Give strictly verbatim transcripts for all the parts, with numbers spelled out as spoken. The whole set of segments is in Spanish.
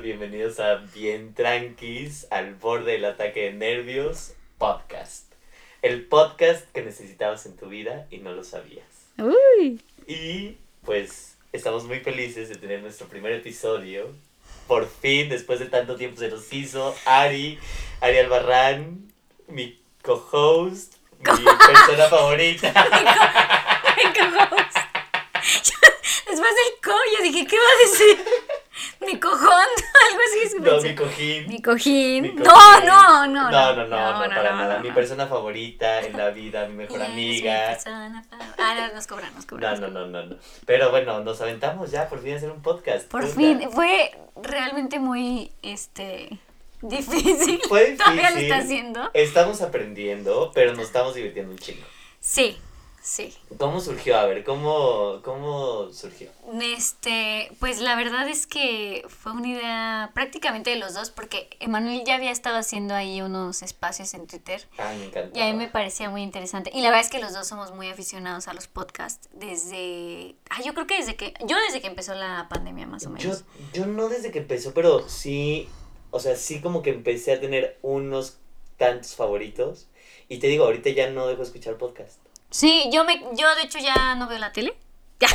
bienvenidos a Bien Tranquis, al borde del ataque de nervios, podcast. El podcast que necesitabas en tu vida y no lo sabías. Uy. Y pues estamos muy felices de tener nuestro primer episodio. Por fin, después de tanto tiempo se nos hizo. Ari, Ari Albarrán, mi co-host, mi persona favorita. Mi co-host. Después del co, yo dije, ¿qué va a decir? Mi cojón, algo así. No, mi cojín. Mi cojín. Mi cojín. No, no, no. No, no, no, no, no, para nada. Mi persona favorita en la vida, mi mejor Yes, amiga. mi persona favorita. Ah, no, nos cobran, nos cobran. No, no, no, no, no. Pero bueno, nos aventamos ya por fin a hacer un podcast. Por Puta. fin, fue realmente muy, este, difícil. Fue difícil. Todavía lo está haciendo. Estamos aprendiendo, pero nos estamos divirtiendo un chingo. Sí, sí. ¿Cómo surgió? A ver, ¿cómo, cómo surgió? Este, pues la verdad es que fue una idea prácticamente de los dos, porque Emanuel ya había estado haciendo ahí unos espacios en Twitter. Ay, me encanta. Y a mí me parecía muy interesante. Y la verdad es que los dos somos muy aficionados a los podcasts desde... Ah, yo creo que desde que... Yo desde que empezó la pandemia, más o Yo, menos. yo no desde que empezó, pero sí, o sea, sí como que empecé a tener unos tantos favoritos. Y te digo, ahorita ya no dejo de escuchar podcast. Sí, yo me... Yo de hecho ya no veo la tele. Ya.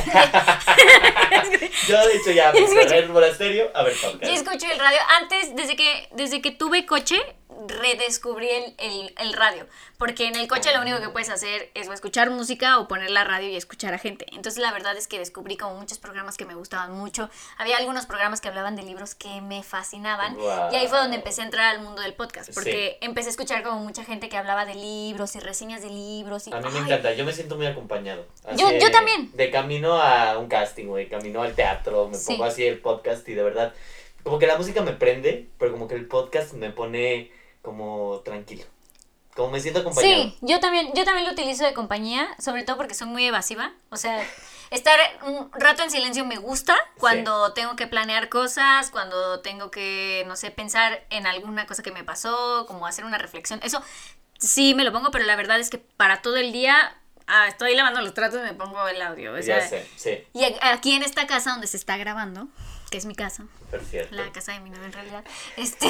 Yo de hecho ya empecé a ver monasterio, a ver podcast. Yo escucho el radio. Antes, desde que, desde que tuve coche, redescubrí el, el, el radio. Porque en el coche lo único que puedes hacer es o escuchar música o poner la radio y escuchar a gente. Entonces la verdad es que descubrí como muchos programas que me gustaban mucho. Había algunos programas que hablaban de libros que me fascinaban. Wow. Y ahí fue donde empecé a entrar al mundo del podcast. Porque Sí. empecé a escuchar como mucha gente que hablaba de libros y reseñas de libros. Y, A mí me ay, encanta, yo me siento muy acompañado. Así Yo- de- yo también. De camino a un casting o de camino al teatro, me Sí. pongo así el podcast y de verdad, como que la música me prende, pero como que el podcast me pone como tranquilo. Como me siento acompañado. Sí, yo también, yo también lo utilizo de compañía, sobre todo porque soy muy evasiva. O sea, estar un rato en silencio me gusta cuando tengo que planear cosas, cuando tengo que, no sé, pensar en alguna cosa que me pasó, como hacer una reflexión. Eso sí me lo pongo, pero la verdad es que para todo el día ah, estoy lavando los tratos y me pongo el audio. O sea, Ya sé, sí, y a- aquí en esta casa donde se está grabando, que es mi casa, perfecto. la casa de mi novio en realidad, este,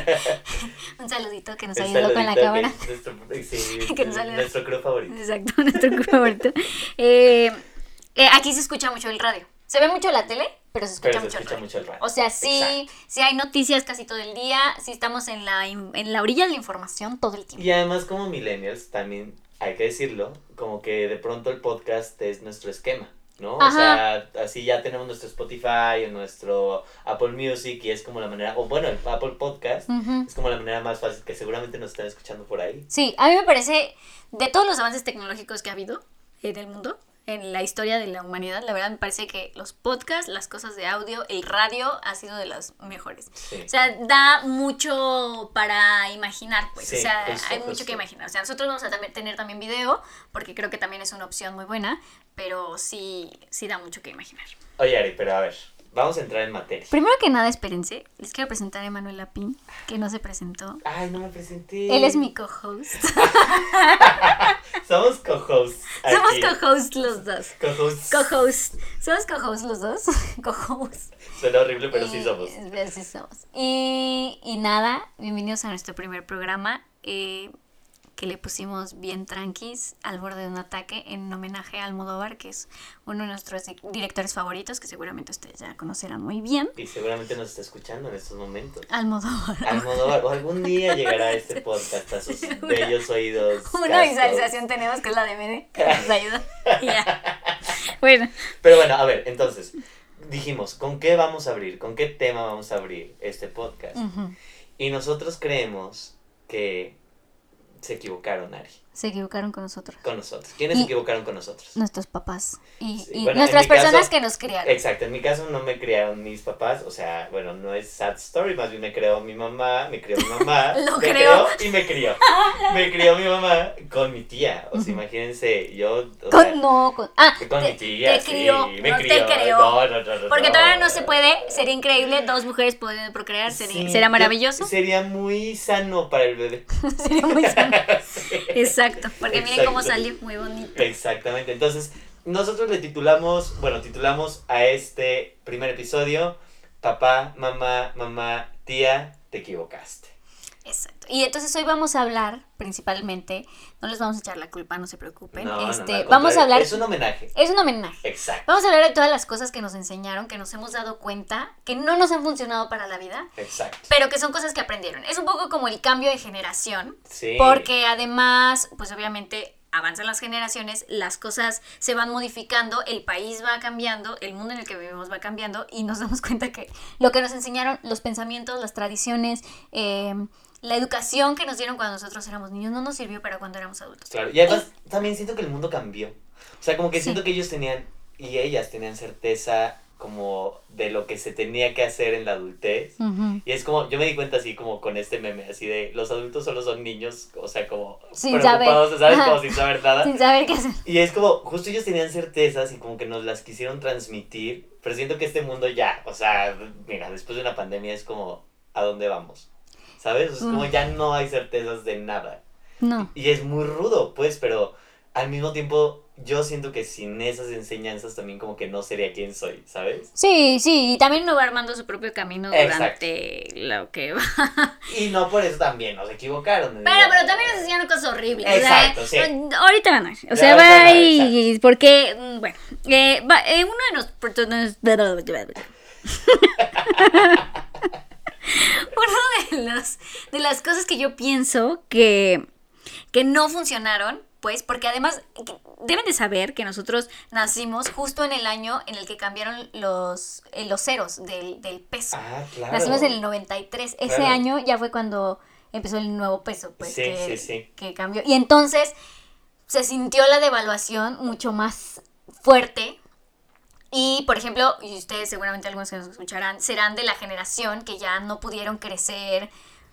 un saludito que nos El ayudó con la saludito cámara. que es Nuestro, sí, Que nos ayudó. nuestro crew favorito. Exacto, nuestro grupo favorito. Eh, eh, aquí se escucha mucho el radio. Se ve mucho la tele, pero se escucha, Pero se mucho, escucha el radio. mucho el radio. O sea, sí, Exacto. sí hay noticias casi todo el día, sí estamos en la, in- en la orilla de la información todo el tiempo. Y además como millennials también, hay que decirlo, como que de pronto el podcast es nuestro esquema, ¿no? Ajá. O sea, así ya tenemos nuestro Spotify o nuestro Apple Music y es como la manera, o bueno, el Apple Podcast Ujú. es como la manera más fácil que seguramente nos están escuchando por ahí. Sí, a mí me parece, de todos los avances tecnológicos que ha habido en el mundo, en la historia de la humanidad, la verdad me parece que los podcasts, las cosas de audio, el radio ha sido de las mejores. Sí. O sea, da mucho para imaginar, pues. Sí, o sea, justo, hay mucho justo. que imaginar. O sea, nosotros vamos a también tener también video, porque creo que también es una opción muy buena, pero sí, sí da mucho que imaginar. Oye, Ari, pero a ver, vamos a entrar en materia. Primero que nada, espérense, les quiero presentar a Emanuel Lapín, que no se presentó. Ay, no me presenté. Él es mi co-host. Somos co-hosts Somos aquí. co-host los dos. Co-hosts. Co-host. ¿Somos co-host los dos? Co-host. Suena horrible, pero sí Y- somos. pero sí somos. Y, y nada, bienvenidos a nuestro primer programa, eh, que le pusimos Bien Tranquis, al borde de un ataque, en homenaje a Almodóvar, que es uno de nuestros di- directores favoritos, que seguramente ustedes ya conocerán muy bien. Y seguramente nos está escuchando en estos momentos. Almodóvar. Almodóvar, o algún día llegará este podcast a sus bellos oídos. Una castos. visualización tenemos, que es la de Mede, que nos ayuda. Y ya. Bueno, Pero bueno, a ver, entonces, dijimos, ¿con qué vamos a abrir? ¿Con qué tema vamos a abrir este podcast? ujú. Y nosotros creemos que se equivocaron, Ari, Se equivocaron con nosotros. con nosotros. ¿Quiénes se Y- equivocaron con nosotros? Nuestros papás y, Sí, y bueno, nuestras en mi personas caso- que nos criaron. Exacto, en mi caso no me criaron mis papás, o sea, bueno, no es sad story, más bien me creó mi mamá, me crió mi mamá, Lo me creó. y me crió. Me crió mi mamá con mi tía, o sea, imagínense, yo, o Con, sea, no, con, ah, con te, mi tía, te sí, crió, me no crió. te crió. No, no, no, no, Porque no. todavía no se puede, sería increíble, dos mujeres pudiendo procrear, sería, Sí, sería yo- maravilloso. Sería muy sano para el bebé. Sería muy sano. Sí. Exacto, porque miren cómo Exacto. salió, muy bonito. Exactamente, entonces nosotros le titulamos, bueno, titulamos a este primer episodio papá, mamá, mamá, tía, te equivocaste. Exacto. Y entonces hoy vamos a hablar principalmente, no les vamos a echar la culpa, no se preocupen. No, este, no, no, vamos a hablar. Es un homenaje. Es un homenaje. Exacto. Vamos a hablar de todas las cosas que nos enseñaron, que nos hemos dado cuenta, que no nos han funcionado para la vida. Exacto. Pero que son cosas que aprendieron. Es un poco como el cambio de generación. Sí. Porque además, pues obviamente avanzan las generaciones, las cosas se van modificando, el país va cambiando, el mundo en el que vivimos va cambiando y nos damos cuenta que lo que nos enseñaron, los pensamientos, las tradiciones, eh, la educación que nos dieron cuando nosotros éramos niños no nos sirvió para cuando éramos adultos. Claro, y además y, también siento que el mundo cambió. O sea, como que sí. siento que ellos tenían, y ellas tenían certeza como de lo que se tenía que hacer en la adultez. Uh-huh. Y es como, yo me di cuenta así como con este meme, así de, los adultos solo son niños, o sea, como sin preocupados, saber. ¿sabes? Ajá. Como sin saber nada. Sin saber qué hacer. Y es como, justo ellos tenían certezas y como que nos las quisieron transmitir, pero siento que este mundo ya, o sea, mira, después de una pandemia es como, ¿a dónde vamos? ¿Sabes? Es como ya no hay certezas de nada. No. Y es muy rudo, pues, pero al mismo tiempo yo siento que sin esas enseñanzas también como que no sería quien soy, ¿sabes? Sí, sí, y también uno va armando su propio camino durante Exacto. lo que va. Y no por eso también nos equivocaron. Pero, pero también nos enseñaron cosas horribles. Exacto, o sea, sí. Ahorita van a ver. O Ya, sea, ahorita va van a ver, y... Porque, bueno, eh, va, eh, uno de los... Uno de los de las cosas que yo pienso que, que no funcionaron, pues, porque además deben de saber que nosotros nacimos justo en el año en el que cambiaron los, eh, los ceros del, del peso. Ah, claro. Nacimos en el noventa y tres. Ese Claro. año ya fue cuando empezó el nuevo peso, pues, Sí, que, sí, sí. que cambió. Y entonces se sintió la devaluación mucho más fuerte. Y, por ejemplo, y ustedes seguramente algunos que nos escucharán, serán de la generación que ya no pudieron crecer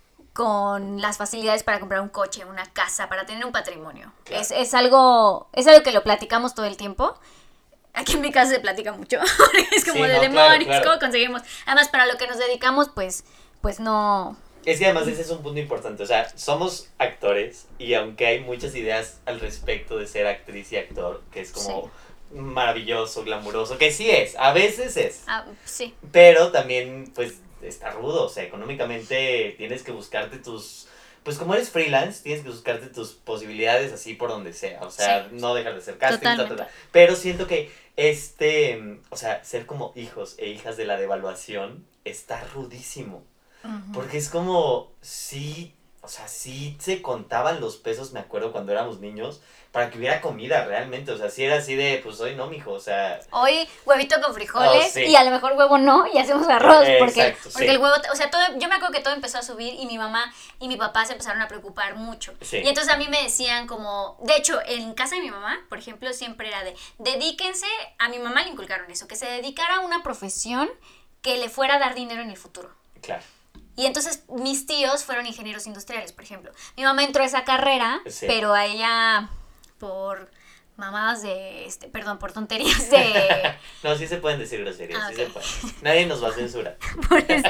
con las facilidades para comprar un coche, una casa, para tener un patrimonio. Claro. Es, es algo es algo que lo platicamos todo el tiempo. Aquí en mi casa se platica mucho. Es como Sí, de no, demonios, claro, claro. ¿cómo conseguimos? Además, para lo que nos dedicamos, pues, pues no... Es que además ese es un punto importante, o sea, somos actores y aunque hay muchas ideas al respecto de ser actriz y actor, que es como... Sí. Maravilloso, glamuroso, que sí es, a veces es. Ah, sí. Pero también, pues, está rudo, o sea, económicamente tienes que buscarte tus... Pues como eres freelance, tienes que buscarte tus posibilidades así por donde sea, o sea, sí. No dejar de ser casting, ta, ta, ta. Pero siento que este, o sea, ser como hijos e hijas de la devaluación está rudísimo. Uh-huh. Porque es como, sí, o sea, sí se contaban los pesos, me acuerdo, cuando éramos niños, para que hubiera comida realmente, o sea, si era así de, pues hoy no, mijo, o sea... Hoy huevito con frijoles, oh, sí. Y a lo mejor huevo no, y hacemos arroz, eh, porque, exacto, porque sí. el huevo, o sea, todo, yo me acuerdo que todo empezó a subir y mi mamá y mi papá se empezaron a preocupar mucho. Sí. Y entonces a mí me decían como, de hecho, en casa de mi mamá, por ejemplo, siempre era de, dedíquense, a mi mamá le inculcaron eso, que se dedicara a una profesión que le fuera a dar dinero en el futuro. Claro. Y entonces mis tíos fueron ingenieros industriales, por ejemplo. Mi mamá entró a esa carrera, sí. Pero a ella, por mamadas de, este, perdón, por tonterías de... No, sí se pueden decir groserías, ah, sí okay. se pueden. Nadie nos va a censurar. por, esto,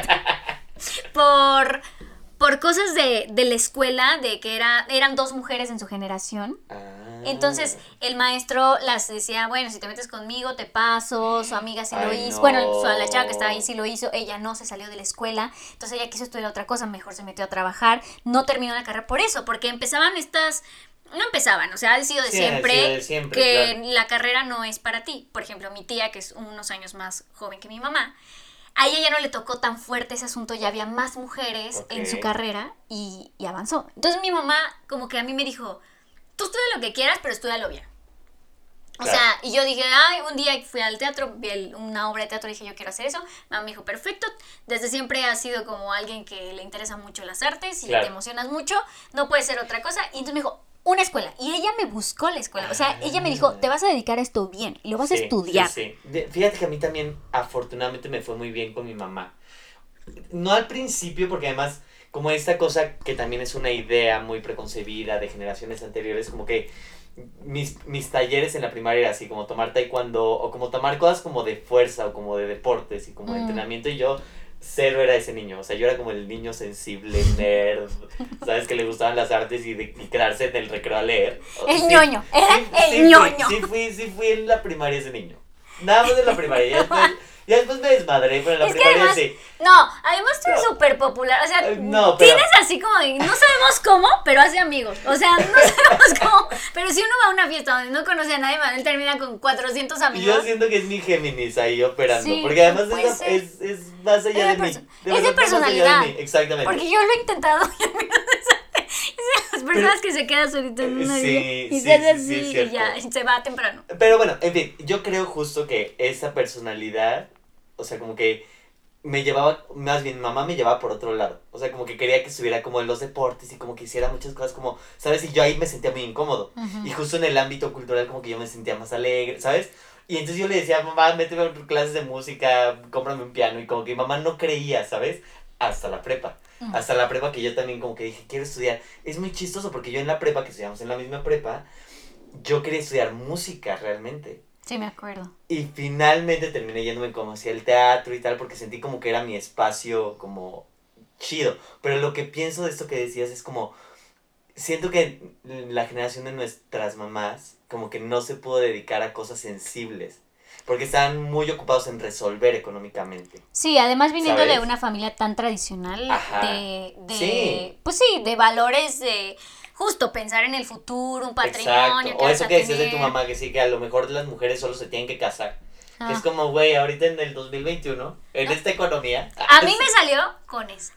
por, por cosas de, de la escuela, de que era, eran dos mujeres en su generación. Ah. Entonces el maestro las decía, bueno, si te metes conmigo te paso, su amiga sí Ay, lo hizo, no. bueno, su, la chava que estaba ahí sí lo hizo, ella no se salió de la escuela, entonces ella quiso estudiar otra cosa, mejor se metió a trabajar, no terminó la carrera por eso, porque empezaban estas, no empezaban, o sea, ha sido de sí, siempre, sido de siempre que claro. La carrera no es para ti. Por ejemplo, mi tía, que es unos años más joven que mi mamá, a ella ya no le tocó tan fuerte ese asunto, ya había más mujeres okay. En su carrera y, y avanzó. Entonces mi mamá como que a mí me dijo, tú estudia lo que quieras, pero estúdialo bien. O claro. sea, y yo dije, ay, un día fui al teatro, vi el, una obra de teatro y dije, yo quiero hacer eso. Mi mamá me dijo, perfecto, desde siempre has sido como alguien que le interesa mucho las artes y claro. Te emocionas mucho, no puede ser otra cosa. Y entonces me dijo, una escuela. Y ella me buscó la escuela. O sea, ah, ella me dijo, te vas a dedicar a esto bien y lo vas sí, a estudiar. Sí, sí. De, fíjate que a mí también, afortunadamente, me fue muy bien con mi mamá. No al principio, porque además, como esta cosa que también es una idea muy preconcebida de generaciones anteriores, como que mis, mis talleres en la primaria era así, como tomar taekwondo, o como tomar cosas como de fuerza, o como de deportes, y como mm. de entrenamiento, y yo... Cero era ese niño, o sea, yo era como el niño sensible, nerd, ¿sabes? Que le gustaban las artes y, de, y quedarse en el recreo a leer. El sí, ñoño, era sí, el sí ñoño. Fui, sí, fui, sí fui en la primaria ese niño. Nada más en la primaria. Y después, Ya después me desmadré, pero en la Es que primaria además, sí. no, además tú eres No. súper popular, o sea, No, pero- tienes así como, de- no sabemos cómo, pero hace amigos, o sea, no sabemos cómo, pero si uno va a una fiesta donde no conoce a nadie, Manuel termina con cuatrocientos amigos. Yo siento que es mi Géminis ahí operando, Sí, porque además puede es, ser. es, es más allá de, Es de mí. perso- De es de verdad, más allá de personalidad. mí, exactamente. Porque yo lo he intentado y a mí no me sale. Es de las personas que se quedan solito en una Sí, orilla y sí, se hace sí, sí, así es y cierto. ya, y se va temprano. Pero bueno, en fin, yo creo justo que esa personalidad, o sea, como que me llevaba, más bien, mamá me llevaba por otro lado. O sea, como que quería que estuviera como en los deportes y como que hiciera muchas cosas como, ¿sabes? Y yo ahí me sentía muy incómodo. Ujú. Y justo en el ámbito cultural como que yo me sentía más alegre, ¿sabes? Y entonces yo le decía, mamá, méteme a clases de música, cómprame un piano. Y como que mi mamá no creía, ¿sabes? Hasta la prepa. Mm. Hasta la prepa que yo también como que dije, quiero estudiar. Es muy chistoso porque yo en la prepa, que estudiamos en la misma prepa, yo quería estudiar música realmente. Sí, me acuerdo. Y finalmente terminé yéndome como hacia el teatro y tal, porque sentí como que era mi espacio como chido. Pero lo que pienso de esto que decías es como, siento que la generación de nuestras mamás como que no se pudo dedicar a cosas sensibles, porque estaban muy ocupados en resolver económicamente. Sí, además viniendo ¿Sabes? de una familia tan tradicional, Ajá. de, de Sí. pues sí, de valores de justo pensar en el futuro, un patrimonio. Exacto. que O vas eso a que decías de tu tener. mamá, que sí, que a lo mejor las mujeres solo se tienen que casar. Ah. Que es como, güey, ahorita en el dos mil veintiuno, en esta economía... A mí me salió con esa.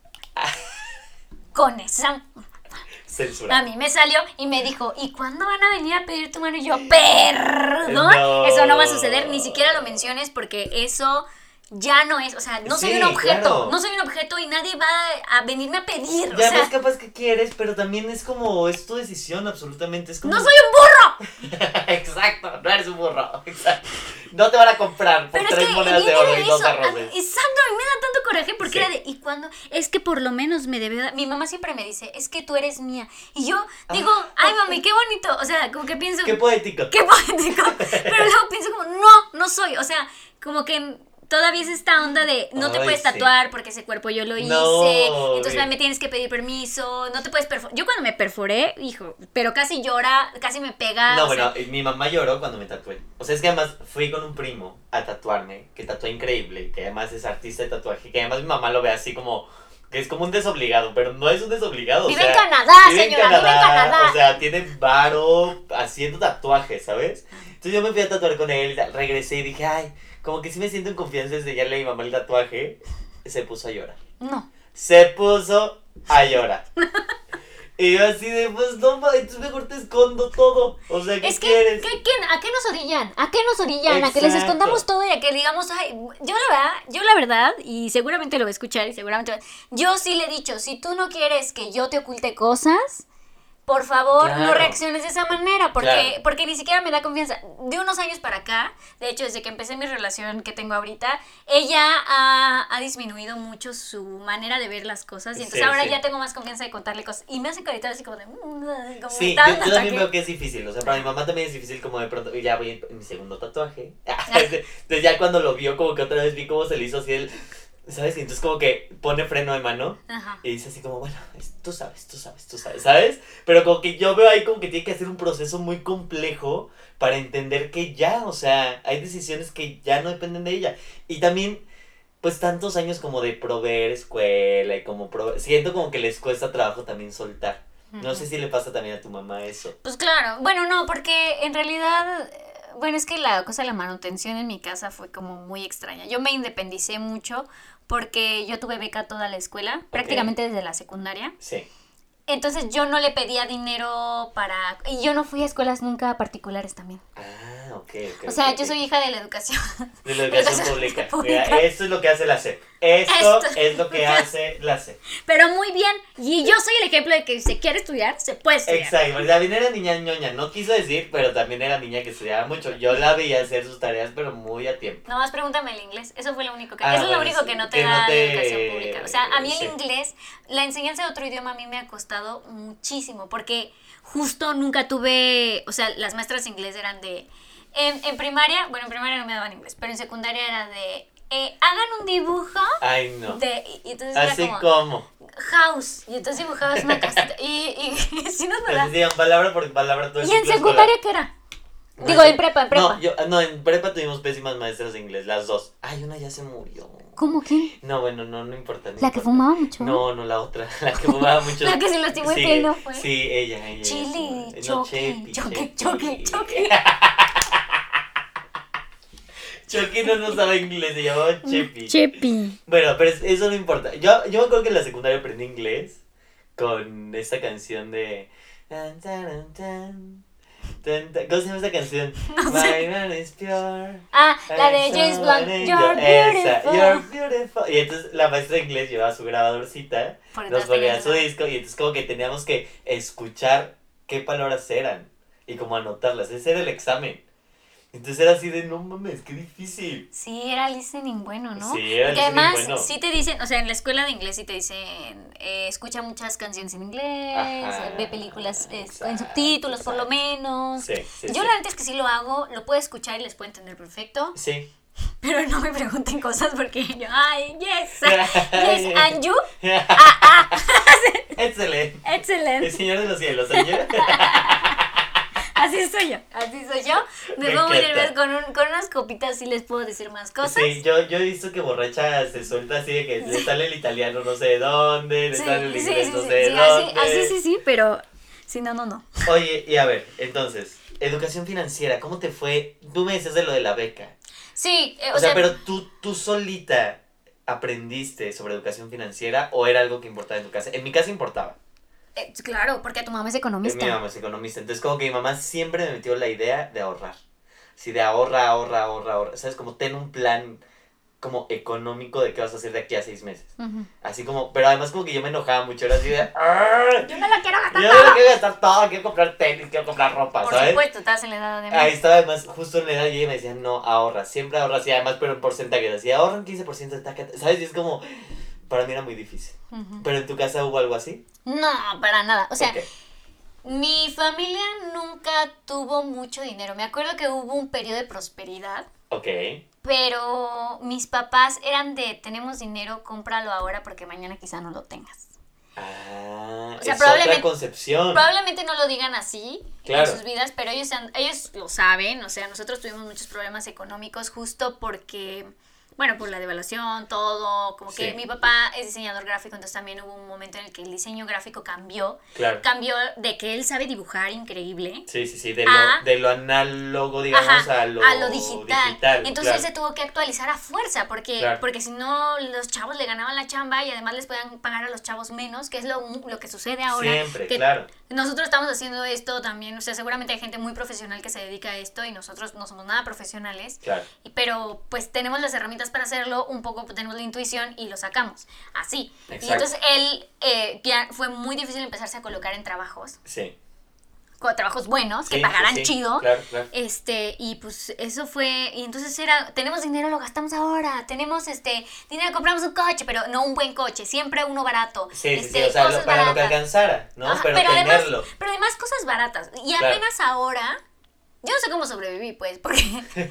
Con esa. Censura. A mí me salió y me dijo, ¿y cuándo van a venir a pedir tu mano? Y yo, perdón, No. eso no va a suceder, ni siquiera lo menciones porque eso ya no es, o sea, no soy Sí, un objeto, claro. no soy un objeto y nadie va a venirme a pedir, o Ya sea, ves capaz que quieres, pero también es como, es tu decisión absolutamente, es como... no soy un burro. Exacto, no eres un burro, exacto. No te van a comprar por Pero es tres que monedas de viene oro de y dos eso, a- arroces. exacto, a mí me da tanto coraje porque Sí. era de, ¿y cuándo? Es que por lo menos me debe dar, mi mamá siempre me dice, es que tú eres mía, y yo digo, ay mami, qué bonito, o sea, como que pienso... Ah. Qué poético. Qué poético. Pero luego pienso como, no, no soy. O sea, como que todavía es esta onda de no te Ay, puedes sí. tatuar porque ese cuerpo yo lo hice. No, Entonces bien. me tienes que pedir permiso. No te puedes perforar. Yo cuando me perforé, hijo, pero casi llora, casi me pega. No, o sea, bueno, mi mamá lloró cuando me tatué. O sea, es que además fui con un primo a tatuarme, que tatúa increíble, que además es artista de tatuaje, que además mi mamá lo ve así como, que es como un desobligado, pero no es un desobligado. Vive o sea, en Canadá, vive en señora, vive en Canadá. O sea, tiene varo haciendo tatuajes, ¿sabes? Entonces yo me fui a tatuar con él, regresé y dije, ay, como que sí me siento en confianza desde ya le a mi mamá el tatuaje. Se puso a llorar. no. Se puso a llorar. Y yo así de, pues no, ma, entonces mejor te escondo todo. O sea, ¿qué Es que, quieres? ¿qué- qué- ¿a qué nos orillan? ¿A qué nos orillan? A que les Exacto. escondamos todo y a que digamos, ay, yo la verdad, yo la verdad, y seguramente lo va a escuchar y seguramente va- yo sí le he dicho, si tú no quieres que yo te oculte cosas, por favor, no Claro. reacciones de esa manera, porque, Claro. porque ni siquiera me da confianza. De unos años para acá, de hecho, desde que empecé mi relación que tengo ahorita, ella ha, ha disminuido mucho su manera de ver las cosas, y entonces Sí, ahora sí. ya tengo más confianza de contarle cosas, y me hace caritas así como de... mm, como Sí, me está yo, dando yo también ataque. veo que es difícil. O sea, para mi mamá también es difícil como de pronto, ya voy en mi segundo tatuaje. Entonces ya cuando lo vio como que otra vez vi cómo se le hizo así el, ¿sabes? Y entonces como que pone freno de mano. Ajá. Y dice así como, bueno, es- tú sabes, tú sabes, tú sabes, ¿sabes? Pero como que yo veo ahí como que tiene que hacer un proceso muy complejo para entender que ya, o sea, hay decisiones que ya no dependen de ella. Y también, pues tantos años como de proveer escuela y como proveer, siento como que les cuesta trabajo también soltar. No sé si le pasa también a tu mamá eso. Pues claro, bueno, no, porque en realidad, eh, bueno, es que la cosa de la manutención en mi casa fue como muy extraña. Yo me independicé mucho porque yo tuve beca toda la escuela, prácticamente desde la secundaria. Sí. Entonces yo no le pedía dinero para... Y yo no fui a escuelas nunca particulares también. Ah, ok, ok. O sea, ok, yo ok. soy hija de la educación. De la educación educación pública. pública. Mira, esto es lo que hace la S E P. Esto, Esto. es lo que hace la S E P. Pero muy bien. Y yo soy el ejemplo de que si se quiere estudiar, se puede estudiar. Exacto, también era niña ñoña, no quiso decir, pero también era niña que estudiaba mucho. Yo la veía hacer sus tareas, pero muy a tiempo. Nomás pregúntame el inglés. Eso fue lo único que... Ah, eso es lo bueno, único sí, que no te que no da te- educación pública. O sea, a mí el sí. inglés, la enseñanza de otro idioma a mí me ha costado muchísimo. Porque justo nunca tuve... O sea, las maestras de inglés eran de... En, en primaria... Bueno, en primaria no me daban inglés. Pero en secundaria era de... eh, hagan un dibujo Ay, no. de... Y, y entonces Así era como... como. House. Y entonces dibujabas una casita. Y, y, sí nos Les daba. decían palabra por palabra todo el ¿Y en ciclo secundaria escolar. qué era? No, Digo, ese- en prepa, en prepa. No, yo, no, en prepa tuvimos pésimas maestras de inglés, las dos. Ay, una ya se murió. ¿Cómo quién? No, bueno, no, no importa. no ¿La que importa. fumaba mucho? No, no, la otra, la que fumaba mucho. La que se lastimó en Sí, pleno fue. Sí, ella, ella. Chile, ella. No, choque, Chepi, choque, Chepi. choque, choque. Chucky no nos sabe inglés, se llamaba Chepi. Chepi. Bueno, pero es- eso no importa. Yo, yo me acuerdo que en la secundaria aprendí inglés con esta canción de... tan, taran, tan, tan, tan. ¿Cómo se llama esta canción? No My sé. man is pure. Ah, la de I'm James so Blunt. an You're angel. Esa, beautiful. You're beautiful. Y entonces la maestra de inglés llevaba su grabadorcita, Porque nos todas tenían ponía su eso. disco y entonces como que teníamos que escuchar qué palabras eran y como anotarlas. Ese era el examen. Entonces era así de, no mames, qué difícil. Sí, era listening bueno, ¿no? Sí, era Porque listening además bueno. sí te dicen, o sea, en la escuela de inglés sí te dicen, eh, escucha muchas canciones en inglés, Ajá, ve películas eh, exacto, en subtítulos por lo exacto. menos. Sí, sí, Yo sí. la neta es que sí lo hago, lo puedo escuchar y les puedo entender perfecto, Sí. pero no me pregunten cosas porque yo, ay, yes, yes, and you, Excelente. El excellent. Señor de los Cielos, señor. Así soy yo, así soy yo. Me, Me pongo muy encanta. nerviosa con, un- con unas copitas sí les puedo decir más cosas. Sí, yo, yo he visto que borracha se suelta así de que le sale el italiano no sé de dónde, le Sí, sale el sí, inglés sí, no sí, sé de sí, así, dónde. así sí, sí, pero si no, no, no. Oye, y a ver, entonces, educación financiera, ¿cómo te fue? Tú me decías de lo de la beca. Sí, eh, O, sea, pero tú, tú solita aprendiste sobre educación financiera o era algo que importaba en tu casa. En mi casa importaba. Eh, claro, porque tu mamá es Es economista. mi mamá es economista. Entonces, como que mi mamá siempre me metió la idea de ahorrar. Sí, de ahorra, ahorra, ahorra, ahorra. ¿Sabes? Como ten un plan como económico de qué vas a hacer de aquí a seis meses. Ujú. Así como, pero además como que yo me enojaba mucho. Era así de, ¡ah! Yo no la quiero gastar Yo toda. no quiero gastar todo, quiero comprar tenis, quiero comprar ropa, Por ¿sabes? supuesto, estás en la edad de mí. Ahí estaba además justo en la edad y ella me decía, no, ahorra, siempre ahorra, así además, pero en porcentaje, así, ahorra un quince por ciento de taca, ¿sabes? Y es como, para mí era muy difícil. Ujú. ¿Pero en tu casa hubo algo así? No, para nada. O sea, Ok. mi familia nunca tuvo mucho dinero. Me acuerdo que hubo un periodo de prosperidad, Ok. pero mis papás eran de, tenemos dinero, cómpralo ahora porque mañana quizá no lo tengas. Ah, O sea, es probablemente- otra concepción. Probablemente no lo digan así Claro. en sus vidas, pero ellos, han- ellos lo saben. O sea, nosotros tuvimos muchos problemas económicos justo porque, bueno, por la devaluación, todo. Como que Sí. mi papá es diseñador gráfico, entonces también hubo un momento en el que el diseño gráfico cambió. Claro. Cambió de que él sabe dibujar increíble. Sí, sí, sí, de a- lo, de lo análogo, digamos, Ajá, a, lo a lo digital. Entonces claro. él se tuvo que actualizar a fuerza porque, Claro. porque si no los chavos le ganaban la chamba y además les podían pagar a los chavos menos, que es lo, lo que sucede ahora. Siempre, que claro. Nosotros estamos haciendo esto también, o sea, seguramente hay gente muy profesional que se dedica a esto y nosotros no somos nada profesionales, Claro. y- pero pues tenemos las herramientas para hacerlo, un poco tenemos la intuición y lo sacamos, así. Y Exacto. entonces él eh, ya fue muy difícil empezarse a colocar en trabajos, Sí. con trabajos buenos, Sí, que pagaran sí, sí, chido. Claro, claro. Este, y pues eso fue, y entonces era, tenemos dinero, lo gastamos ahora, tenemos este, dinero, compramos un coche, pero no un buen coche, siempre uno barato. Sí, sí, este, sí, o sea, lo- cosas para lo que baratas. alcanzara, ¿no? Ajá, pero, además, tenerlo. pero además cosas baratas. Y Claro. apenas ahora, yo no sé cómo sobreviví, pues, porque,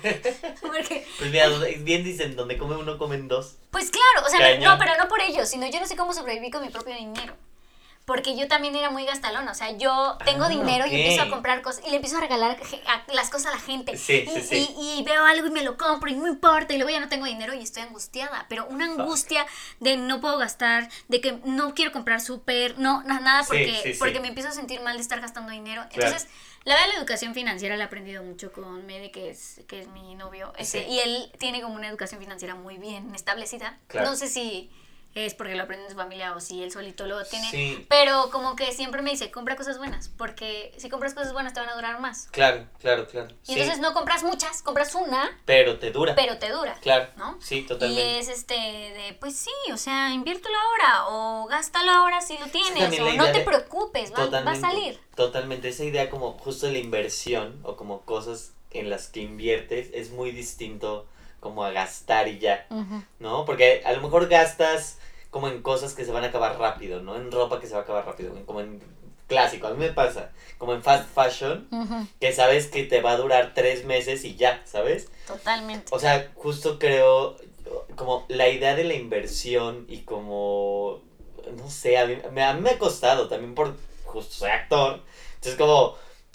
porque Pues mira, donde- bien dicen, donde come uno, comen dos. pues claro, o sea, Cañón. no, pero no por ellos, sino yo no sé cómo sobreviví con mi propio dinero. Porque yo también era muy gastalona, o sea, yo tengo Ah, dinero ok. y empiezo a comprar cosas y le empiezo a regalar ge- a- las cosas a la gente. Sí, y, sí, sí. Y, y veo algo y me lo compro y no me importa y luego ya no tengo dinero y estoy angustiada. Pero una angustia de no puedo gastar, de que no quiero comprar súper, no, na- nada, Sí, porque, sí, sí. porque me empiezo a sentir mal de estar gastando dinero. Claro. Entonces, la verdad, la educación financiera la he aprendido mucho con Mede, que es, que es mi novio. Ese, Sí. Y él tiene como una educación financiera muy bien establecida. Claro. No sé si es porque lo aprende en su familia o si él solito lo tiene. Sí. Pero como que siempre me dice, compra cosas buenas, porque si compras cosas buenas te van a durar más. Claro, claro, claro. Y Sí, entonces no compras muchas, compras una, pero te dura. pero te dura. Claro. ¿No? Sí, Y totalmente. es este de, pues sí, o sea, inviértelo ahora o gástalo ahora si lo tienes también la o no idea te de- preocupes, va, va a Totalmente. salir. Totalmente. Esa idea como justo de la inversión o como cosas en las que inviertes es muy distinto como a gastar y ya, Ujú. ¿no? Porque a lo mejor gastas como en cosas que se van a acabar rápido, ¿no? En ropa que se va a acabar rápido, en- como en clásico, a mí me pasa, como en fast fashion, Ujú, que sabes que te va a durar tres meses y ya, ¿sabes? totalmente. O sea, justo creo como la idea de la inversión y como, no sé, a mí, me, a mí me ha costado también por, justo soy actor, entonces como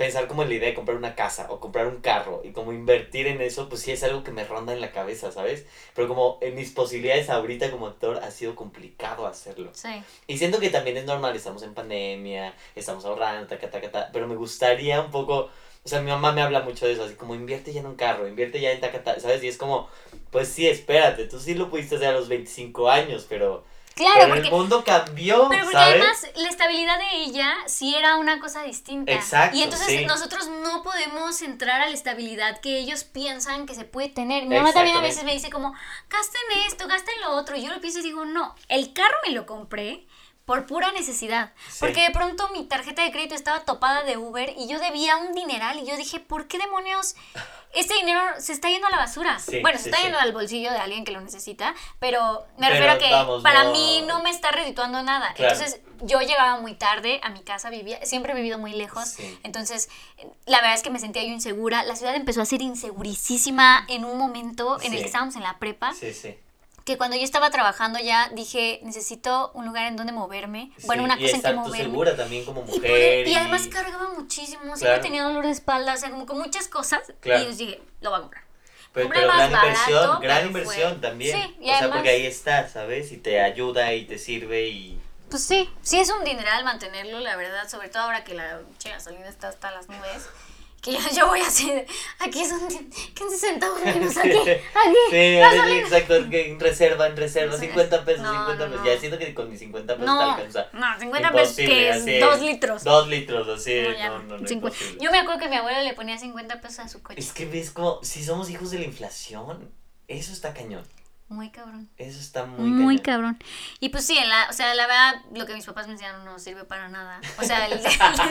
pensar como en la idea de comprar una casa o comprar un carro y como invertir en eso, pues sí es algo que me ronda en la cabeza, ¿sabes? Pero como en mis posibilidades ahorita como actor ha sido complicado hacerlo. Sí. Y siento que también es normal, estamos en pandemia, estamos ahorrando, taca, taca, taca, pero me gustaría un poco, o sea, mi mamá me habla mucho de eso, así como invierte ya en un carro, invierte ya en taca, taca, ¿sabes? Y es como, pues sí, espérate, tú sí lo pudiste hacer a los veinticinco años, pero... Claro, pero porque, el mundo cambió, pero porque ¿sabes? además la estabilidad de ella sí era una cosa distinta. Exacto, y entonces sí. nosotros no podemos entrar a la estabilidad que ellos piensan que se puede tener. Mi mamá también a veces me dice como, gasta en esto, gasta en lo otro. Y yo lo pienso y digo, no, el carro me lo compré por pura necesidad. Sí. Porque de pronto mi tarjeta de crédito estaba topada de Uber y yo debía un dineral. Y yo dije, ¿por qué demonios este dinero se está yendo a la basura? Sí, bueno, se sí, está sí. yendo al bolsillo de alguien que lo necesita, pero me pero, refiero a que vamos, para no... mí no me está redituando nada. Claro. Entonces yo llegaba muy tarde a mi casa, vivía, siempre he vivido muy lejos. Sí. Entonces la verdad es que me sentía yo insegura. La ciudad empezó a ser insegurísima en un momento en sí. el que estábamos en la prepa. Sí, sí. Que cuando yo estaba trabajando ya dije, necesito un lugar en donde moverme. Sí, bueno, una cosa en que moverme. Segura también como mujer. Y, poder, y... y además cargaba muchísimo, siempre claro. tenía dolor de espalda, o sea, como con muchas cosas. Claro. Y yo dije, lo voy a comprar. Pero, pero gran barato, inversión, gran inversión fue... también. Sí, y o además... sea, porque ahí está, ¿sabes? Y te ayuda y te sirve y... Pues sí, sí es un dineral mantenerlo, la verdad, sobre todo ahora que la che, gasolina está hasta las nubes. Que yo, yo voy así, aquí son quince centavos menos, aquí, aquí. Sí, gasolina. Exacto, en reserva, en reserva, cincuenta pesos, no, cincuenta pesos. No, no. Ya siento que con mis cincuenta pesos no, te alcanza. No, cincuenta pesos que es así, dos litros. Dos litros, así, no, ya, no, no, no cincuenta. Yo me acuerdo que mi abuela le ponía cincuenta pesos a su coche. Es que ves como, si somos hijos de la inflación, eso está cañón. Muy cabrón. Eso está muy Muy cañón. cabrón. Y pues sí, en la, o sea, la verdad, lo que mis papás me enseñaron no sirve para nada. O sea, el, el,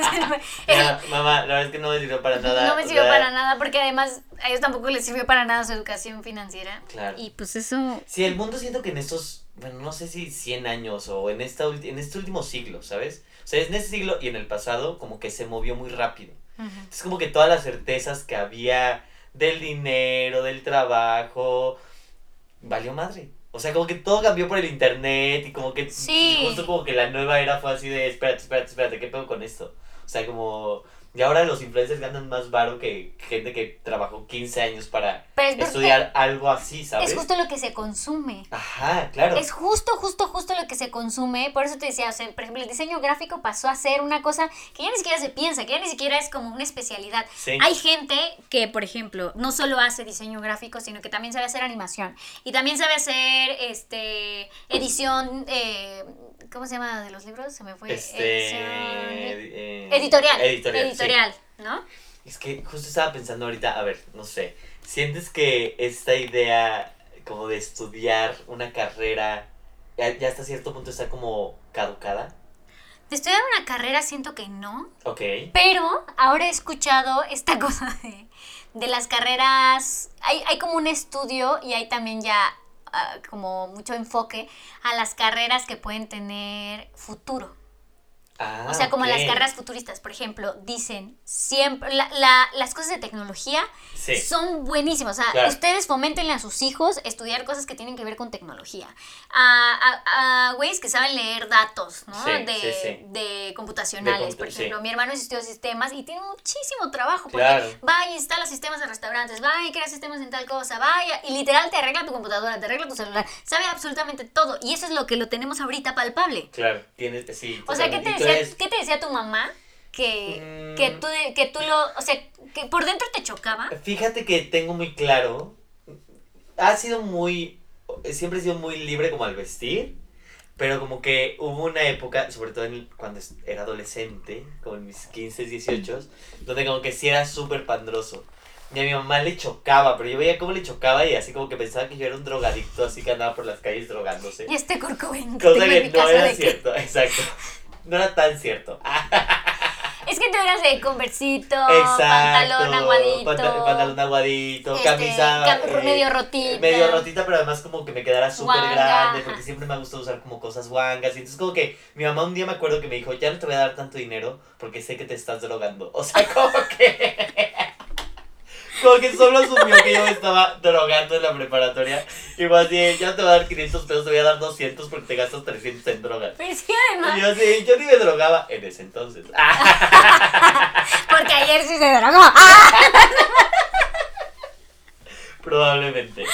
el, ya, mamá, la verdad es que no me sirvió para nada. No me sirvió para nada porque además a ellos tampoco les sirvió para nada su educación financiera. Claro. Y pues eso... Sí, el mundo siento que en estos, bueno, no sé si cien años o en, esta, en este último siglo, ¿sabes? O sea, en este siglo y en el pasado como que se movió muy rápido. Uh-huh. Es como que todas las certezas que había del dinero, del trabajo, valió madre. O sea, como que todo cambió por el internet y como que sí. justo como que la nueva era fue así de espérate, espérate, espérate, ¿qué pedo con esto? O sea, como... Y ahora los influencers ganan más varo que gente que trabajó quince años para estudiar algo así, ¿sabes? Es justo lo que se consume. Ajá, claro. Es justo, justo, justo lo que se consume. Por eso te decía, o sea, por ejemplo, el diseño gráfico pasó a ser una cosa que ya ni siquiera se piensa, que ya ni siquiera es como una especialidad. Sí. Hay gente que, por ejemplo, no solo hace diseño gráfico, sino que también sabe hacer animación. Y también sabe hacer este edición... Eh, ¿Cómo se llama de los libros? Se me fue. Este, edición... eh, editorial. Editorial. Editorial, sí. ¿no? Es que justo estaba pensando ahorita, a ver, no sé, ¿sientes que esta idea como de estudiar una carrera ya, ya hasta cierto punto está como caducada? De estudiar una carrera siento que no. Ok. Pero ahora he escuchado esta cosa de, de las carreras, hay, hay como un estudio y hay también ya... Uh, como mucho enfoque a las carreras que pueden tener futuro. Ah, o sea, como okay. las carreras futuristas, por ejemplo, dicen siempre, la, la, las cosas de tecnología sí. son buenísimas. O sea, claro. ustedes foméntenle a sus hijos estudiar cosas que tienen que ver con tecnología. A, a, a güeyes que saben leer datos, ¿no? Sí, de, sí, sí. de computacionales, de, por ejemplo. Sí. Mi hermano estudió sistemas y tiene muchísimo trabajo. Porque claro. va y instala sistemas en restaurantes, va y crea sistemas en tal cosa, vaya y literal te arregla tu computadora, te arregla tu celular. Sabe absolutamente todo. Y eso es lo que lo tenemos ahorita palpable. Claro, tienes, sí. O sea, ¿qué te decía? ¿Qué te decía tu mamá? Que, mm. que, tú, que tú lo, o sea, que por dentro te chocaba. Fíjate que tengo muy claro, ha sido muy, siempre he sido muy libre como al vestir, pero como que hubo una época, sobre todo en el, cuando era adolescente, como en mis quince, dieciocho, donde como que sí era súper pandroso. Y a mi mamá le chocaba, pero yo veía cómo le chocaba y así como que pensaba que yo era un drogadicto, así que andaba por las calles drogándose. Y este Kurt Cobain. Cosa que no era cierto, exacto. No era tan cierto. Es que tú eras de conversito, exacto, pantalón aguadito. Panta- pantalón aguadito, este, camisa. Cam- eh, medio rotita. Medio rotita, pero además como que me quedara súper grande, porque siempre me ha gustado usar como cosas guangas. Y entonces como que mi mamá un día me acuerdo que me dijo, ya no te voy a dar tanto dinero porque sé que te estás drogando. O sea, como que... Como que solo asumió que yo me estaba drogando en la preparatoria. Y más bien, ya no te voy a dar quinientos pesos, te voy a dar doscientos porque te gastas trescientos en drogas. Pero sí, además. Y yo así, yo ni me drogaba en ese entonces. Porque ayer sí se drogó. ¡Ah! Probablemente.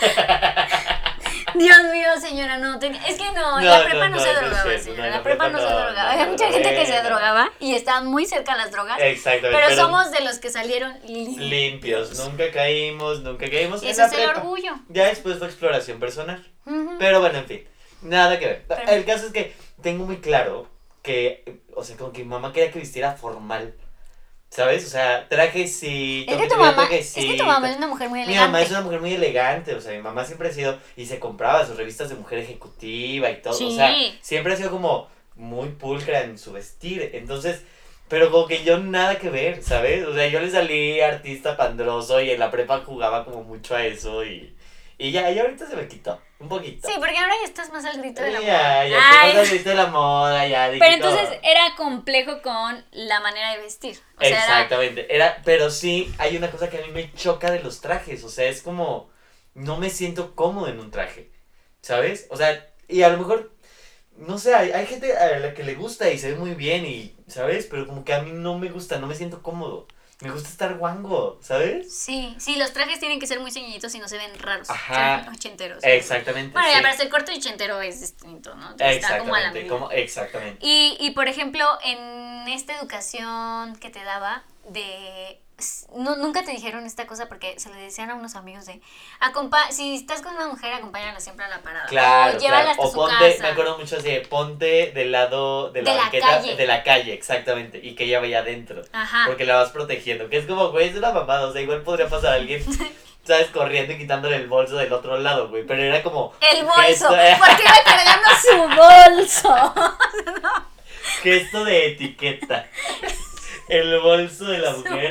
Dios mío, señora, no. Ten... Es que no, No, la prepa no, no, no, se no es drogaba, cierto, señora. no, la la prepa prepa no se no, drogaba. no, Había no, mucha gente que se bueno. drogaba y estaban muy cerca de las drogas. Exactamente. Pero, somos de los que salieron limpios. limpios. Nunca caímos, nunca caímos Y en eso la es el prepa. orgullo. Ya después fue exploración personal. Ujú. Pero bueno, en fin. Nada que ver. Pero- El caso es que tengo muy claro que, o sea, como que mi mamá quería que vistiera formal. ¿Sabes? O sea, trajecito. Es que que tu tuviera mamá, es trajecito. que tu mamá es una mujer muy Mi elegante. mamá es una mujer muy elegante, o sea, mi mamá siempre ha sido, y se compraba sus revistas de mujer ejecutiva y todo, Sí. o sea, siempre ha sido como muy pulcra en su vestir, entonces, pero como que yo nada que ver, ¿sabes? O sea, yo le salí artista pandroso y en la prepa jugaba como mucho a eso y, y ya, y ahorita se me quitó, un poquito. Sí, porque ahora ya estás más al grito de la ya, moda. ya, Ay. estoy más al grito de la moda, ya, dije, Pero no. entonces era complejo con la manera de vestir. O sea, era, Exactamente, era, pero sí hay una cosa que a mí me choca de los trajes, o sea, es como, no me siento cómodo en un traje, ¿sabes? O sea, y a lo mejor, no sé, hay, hay gente a la que le gusta y se ve muy bien y, ¿sabes? Pero como que a mí no me gusta, no me siento cómodo, me gusta estar guango, ¿sabes? sí, sí, los trajes tienen que ser muy ceñiditos y no se ven raros. Ajá. Se ven ochenteros. Exactamente. Bueno, sí. ya para ser corto y ochentero es distinto, ¿no? Está como a la Exactamente, medida. como, exactamente. Y, y por ejemplo, en esta educación que te daba de... No, nunca te dijeron esta cosa porque se le decían a unos amigos de... Acompa si estás con una mujer, acompáñala siempre a la parada. Claro, o llévala claro. hasta O su ponte, casa. me acuerdo mucho así, de ponte del lado de la De la banqueta, calle. de la calle, exactamente, y que ella vaya adentro. Ajá. Porque la vas protegiendo, que es como, güey, es una mamada, o sea, igual podría pasar alguien, ¿sabes? Corriendo y quitándole el bolso del otro lado, güey, pero era como... El bolso. gesto- Porque iba cargando su bolso. Gesto de etiqueta. El bolso de la mujer.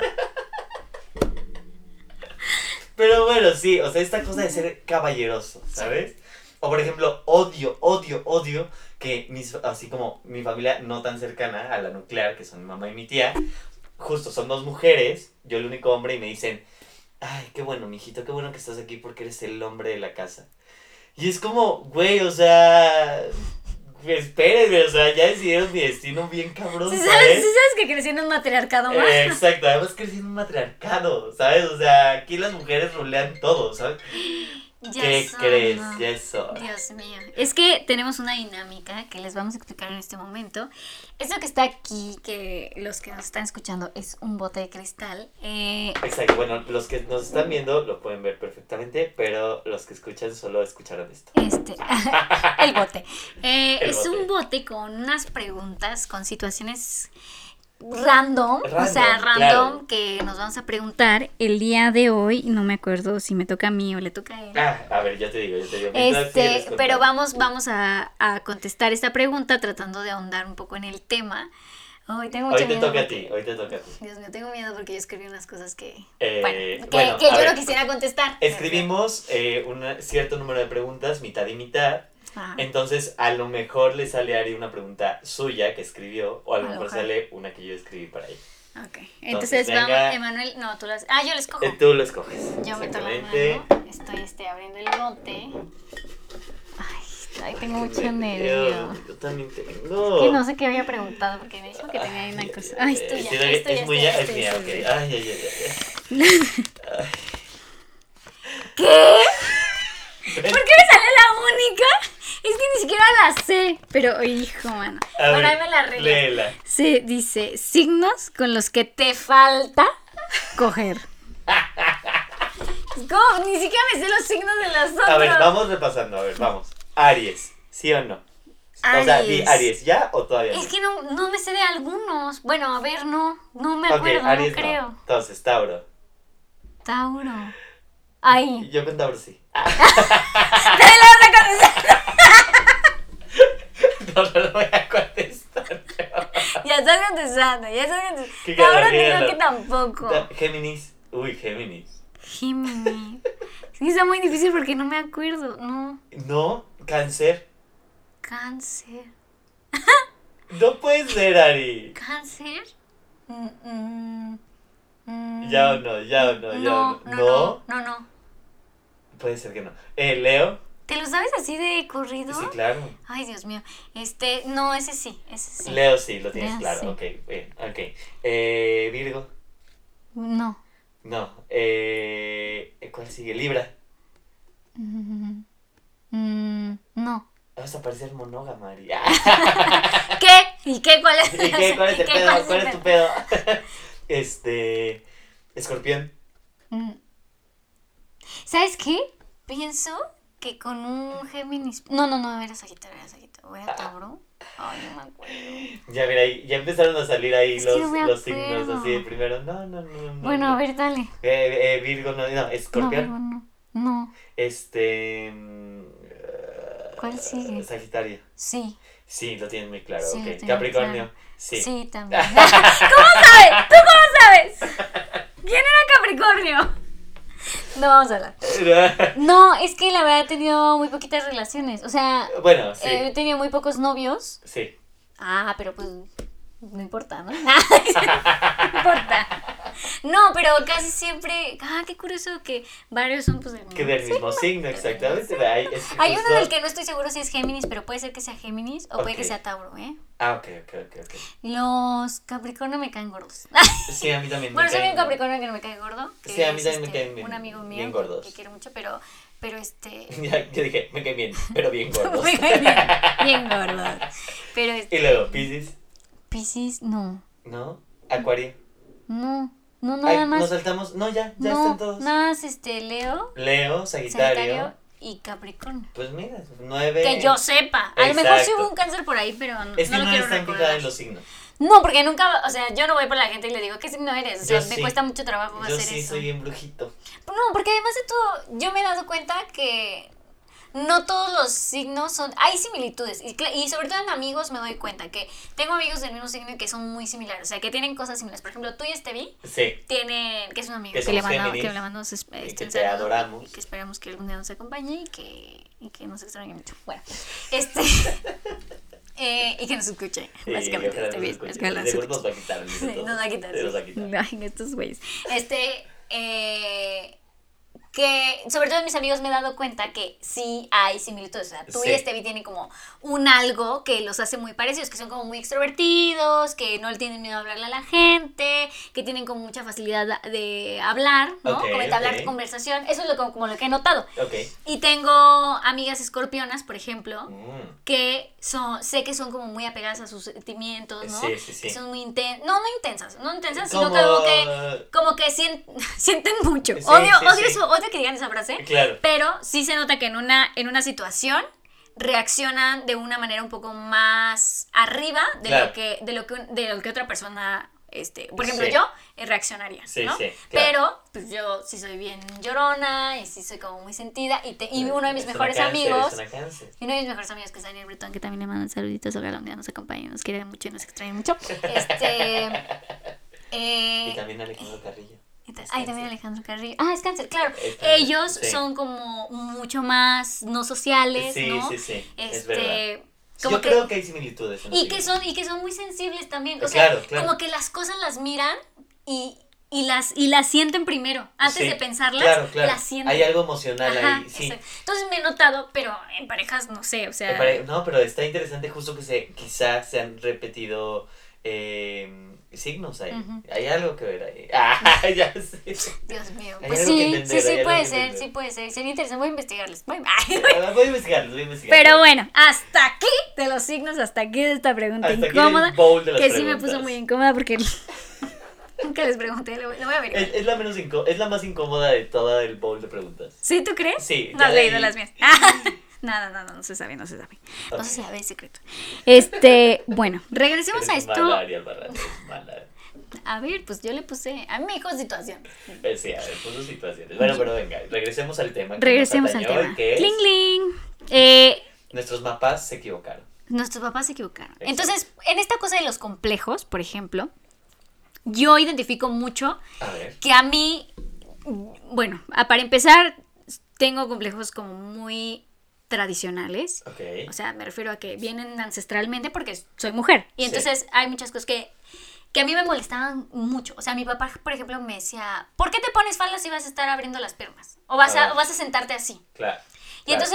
Pero bueno, sí, o sea, esta cosa de ser caballeroso, ¿sabes? O por ejemplo, odio, odio, odio que mis, así como mi familia no tan cercana a la nuclear, que son mi mamá y mi tía, justo son dos mujeres, yo el único hombre, y me dicen, ay, qué bueno, mijito, qué bueno que estás aquí porque eres el hombre de la casa. Y es como, güey, o sea, espérenme, o sea, ya decidieron mi destino bien cabrón, ¿Sí ¿sabes? sabes, ¿sí sabes que crecí en un matriarcado más? Eh, exacto, además crecí en un matriarcado, ¿sabes? O sea, aquí las mujeres rulean todo, ¿sabes? Ya ¿Qué son, crees? ¿no? Ya eso. Dios mío. Es que tenemos una dinámica que les vamos a explicar en este momento. Esto que está aquí, que los que nos están escuchando, es un bote de cristal. Eh, Exacto, bueno, los que nos están viendo lo pueden ver perfectamente, pero los que escuchan solo escucharon esto. este, el bote. Eh, El es bote. un bote con unas preguntas, con situaciones random, o Random, sea, random, claro. que nos vamos a preguntar el día de hoy. No me acuerdo si me toca a mí o le toca a él. Ah, a ver, ya te digo, ya te digo. Mientras Este, sigues pero contando. vamos, vamos a, a contestar esta pregunta tratando de ahondar un poco en el tema. Hoy tengo mucho Hoy te miedo toca a porque- ti, hoy te toca a ti. Dios mío, tengo miedo porque yo escribí unas cosas que, Eh, bueno, que, bueno, que a yo ver. no quisiera contestar. Escribimos eh, un cierto número de preguntas, mitad y mitad. Ajá. Entonces, a lo mejor le sale a Ari una pregunta suya que escribió, o a lo A lo mejor mejor. sale una que yo escribí para ella. Ok, Entonces, entonces vamos, venga. Emanuel, no, tú las, ah, yo les cojo. Eh, Tú lo escoges. Yo meto la Exactamente. mano, estoy este, abriendo el bote. Ay, ay, tengo mucho Qué nervio. nervio, Yo también tengo. Que no sé qué había preguntado porque me dijo que tenía ahí una Ay, cosa. Ay, es eh, tuya, sí, es tuya, es es mía, tuya, es mía, es ok. tuya. Ay, ay, ay, ay. ¿Qué? ¿Ven? ¿Por qué me sale la única? Es que ni siquiera la sé. Pero, hijo, mano. A Bueno, ver, ahí me la arreglo. léela. Se dice signos con los que te falta coger. ¿Cómo? Ni siquiera me sé los signos de los otros. A ver, vamos repasando, a ver, vamos. Aries, ¿sí o no? O sea, di Aries. Aries, ¿ya o todavía no? Es que no, no me sé de algunos. Bueno, a ver, no. No me Ok, acuerdo, Aries no creo. no. Entonces, Tauro. Tauro. Ay. Yo con Tauro sí. ¡Te lo vas a contestar! No, no lo voy a contestar. Ya estás contestando, ya estás contestando. ¿Qué Tauro gana, qué creo gana? que tampoco. Ta- Géminis. Uy, Géminis. Géminis. Es que está muy difícil porque no me acuerdo. No. No, Cáncer. Cáncer. No puede ser, Ari. ¿Cáncer? Mm, mm, mm. Ya o no, ya o no, ya No, o no. no, no, no, no. Puede ser que no. Eh, Leo. ¿Te lo sabes así de corrido? Sí, claro. Ay, Dios mío. Este, no, ese sí, ese sí. Leo sí, lo tienes Leo, claro. sí. Ok, bien, ok. Eh, Virgo. No. No. Eh, ¿cuál sigue? Libra. Mm, mm, no. Vas a parecer monógama, Ari. ¿Qué? ¿Y qué? ¿Cuál es? ¿Y qué? ¿Cuál es el ¿Qué? pedo? ¿Cuál es ¿Cuál el es tu pedo? Este. Escorpión. Mm. ¿Sabes qué? Pienso que con un Géminis. No, no, no, era Sagitario, era Sagitario. ¿O era Tauro? Ay, no me acuerdo. Ya, mira, ahí, ya empezaron a salir ahí Es que los, no me los signos acuerdo. así de primero. No, no, no, no. Bueno, no. a ver, dale. Eh, eh, Virgo, no, no, No, Escorpión. Virgo, no. No. Este. mm, eh, ¿Cuál sigue? Sagitario. Sí. Sí, lo tienes muy claro. Sí, ok. lo tengo Capricornio. claro. Sí. Sí, también. ¿Cómo sabes? ¿Tú cómo sabes? ¿Quién era Capricornio? No vamos a hablar. No, es que la verdad he tenido muy poquitas relaciones. O sea, Bueno, sí. eh, he tenido muy pocos novios. Sí. Ah, pero pues no importa, ¿no? No importa. No, pero casi siempre. Ah, qué curioso que varios son pues del mismo Que del mismo signo, exactamente. Hay, es que Hay justo- uno del que no estoy seguro si es Géminis, pero puede ser que sea Géminis o puede que Ok. sea Tauro, ¿eh? Ah, ok, ok, ok, ok. Los Capricornio me caen gordos. Sí, a mí también. me Bueno, soy caen- un Capricornio que no me cae gordo. Que Sí, a mí es, también me este, caen bien- un amigo mío bien que- gordos. Que, quiero mucho, pero, pero este. Ya, yo dije, me caen bien, pero bien gordos. me caen bien, bien gordos. Pero Y este. luego, Piscis, Piscis, no. ¿no? Acuario. No. No, Ay, nada nos más. saltamos. No, ya, ya No, están todos. nada más este Leo, Leo, Sagitario. Sagitario y Capricornio. Pues mira, nueve. Que yo sepa. A lo mejor sí Exacto. hubo un cáncer por ahí, pero no, Es que no no, lo quiero están recordar. fijadas en los signos. No, porque nunca, o sea, yo no voy por la gente y le digo, ¿qué signo eres? O sea, Yo me sí. cuesta mucho trabajo Yo hacer sí eso. soy bien brujito. No, porque además de todo, yo me he dado cuenta que no todos los signos son... Hay similitudes. Y, cla- y sobre todo en amigos me doy cuenta que tengo amigos del mismo signo y que son muy similares. O sea, que tienen cosas similares. Por ejemplo, tú y Estevi Sí. tienen... Que es un amigo Que que, le somos mandamos, Géminis, que le mandamos este, y que un te saludo, adoramos. Y que esperamos que algún día nos acompañe y que, y que nos extrañe mucho. Bueno, este... eh, y que nos escuche, Sí, básicamente. ojalá Este, nos es que escuche. nos Seguro nos escuche. va a quitar el Sí, minuto. nos va a quitar. Nos va a Sí. quitar. Ay, estos güeyes. Este, eh, que sobre todo en mis amigos me he dado cuenta que sí hay similitudes. O sea, tú Sí. y Estevi tienen como un algo que los hace muy parecidos, que son como muy extrovertidos, que no le tienen miedo a hablarle a la gente, que tienen como mucha facilidad de hablar, ¿no? Ok, como de hablar ok. de conversación. Eso es lo, como, como lo que he notado. Ok. Y tengo amigas escorpionas, por ejemplo, Mm. que son, sé que son como muy apegadas a sus sentimientos, ¿no? Sí, sí, sí. Que son muy intensas, no, no intensas, no intensas, sino Como- que como que, como que sien- sienten mucho. Sí, odio, sí, odio, sí. eso, odio que digan esa frase, Claro. pero sí se nota que en una, en una situación reaccionan de una manera un poco más arriba de Claro. lo que, de lo que, un- de lo que otra persona, este, por ejemplo, Sí. yo eh, reaccionaría, Sí, ¿no? sí, claro. Pero pues yo sí soy bien llorona y sí soy como muy sentida y, te- y uno de mis Es una mejores cáncer, amigos Es una cáncer. y uno de mis mejores amigos, que es Daniel Bretón, que también le mandan saluditos, ojalá un día nos acompañe, nos quiere mucho y nos extraña mucho. Este. eh, Y también Alejandro Carrillo. entonces, ay, también Alejandro Carrillo. Ah, es cáncer, claro. Es cáncer, Ellos sí. son como mucho más no sociales, Sí, ¿no? sí, sí. Es Este. verdad. Como Yo que, creo que hay similitudes. En los y que signos. son, y que son muy sensibles también. O Eh, sea, claro, claro. como que las cosas las miran y, y las, y las sienten primero. Antes Sí, de pensarlas, claro, claro. las sienten. Hay algo emocional Ajá, ahí. Sí. exacto. Entonces me he notado, pero en parejas no sé, o sea. Me pare- No, pero está interesante justo que se quizás se han repetido eh, signos ahí. Ujú. Hay algo que ver ahí. Ah, ya sé. Dios mío. Hay Pues algo que sí, entender, sí, hay sí algo puede que ser, entender. sí puede ser. Sería interesante, voy a investigarles. Voy- Voy a investigarlos, voy a investigar. Pero bueno, hasta aquí de los signos, hasta aquí de esta pregunta Hasta aquí incómoda. el bowl de las Que sí me preguntas. puso muy incómoda porque nunca les pregunté, lo, voy- lo voy a averiguar. Es, es la menos incó- es la más incómoda de todo el bowl de preguntas. ¿Sí, tú crees? Sí, No ya has de leído ahí- las mías. Nada, no, no, no se sabe, no se sabe. No Ok. se sabe, es secreto. Este, bueno, regresemos Eres a esto. mala, Ariel Barra, eres mala. A ver, pues yo le puse, a mí me dijo situación. Eh, Sí, a ver, puso situaciones. Bueno, pero venga, regresemos al tema. que Regresemos nos al atañe hoy, tema. que es Cling, cling. Eh, nuestros mapas se equivocaron. Nuestros papás se equivocaron. Exacto. Entonces, en esta cosa de los complejos, por ejemplo, yo identifico mucho A ver. que a mí, bueno, a- para empezar, tengo complejos como muy tradicionales. Ok. O sea, me refiero a que vienen ancestralmente porque soy mujer. Y Sí. entonces hay muchas cosas que, que a mí me molestaban mucho. O sea, mi papá, por ejemplo, me decía, ¿por qué te pones falda si vas a estar abriendo las piernas? O vas a, Ah. o vas a sentarte así. Claro. Y claro. entonces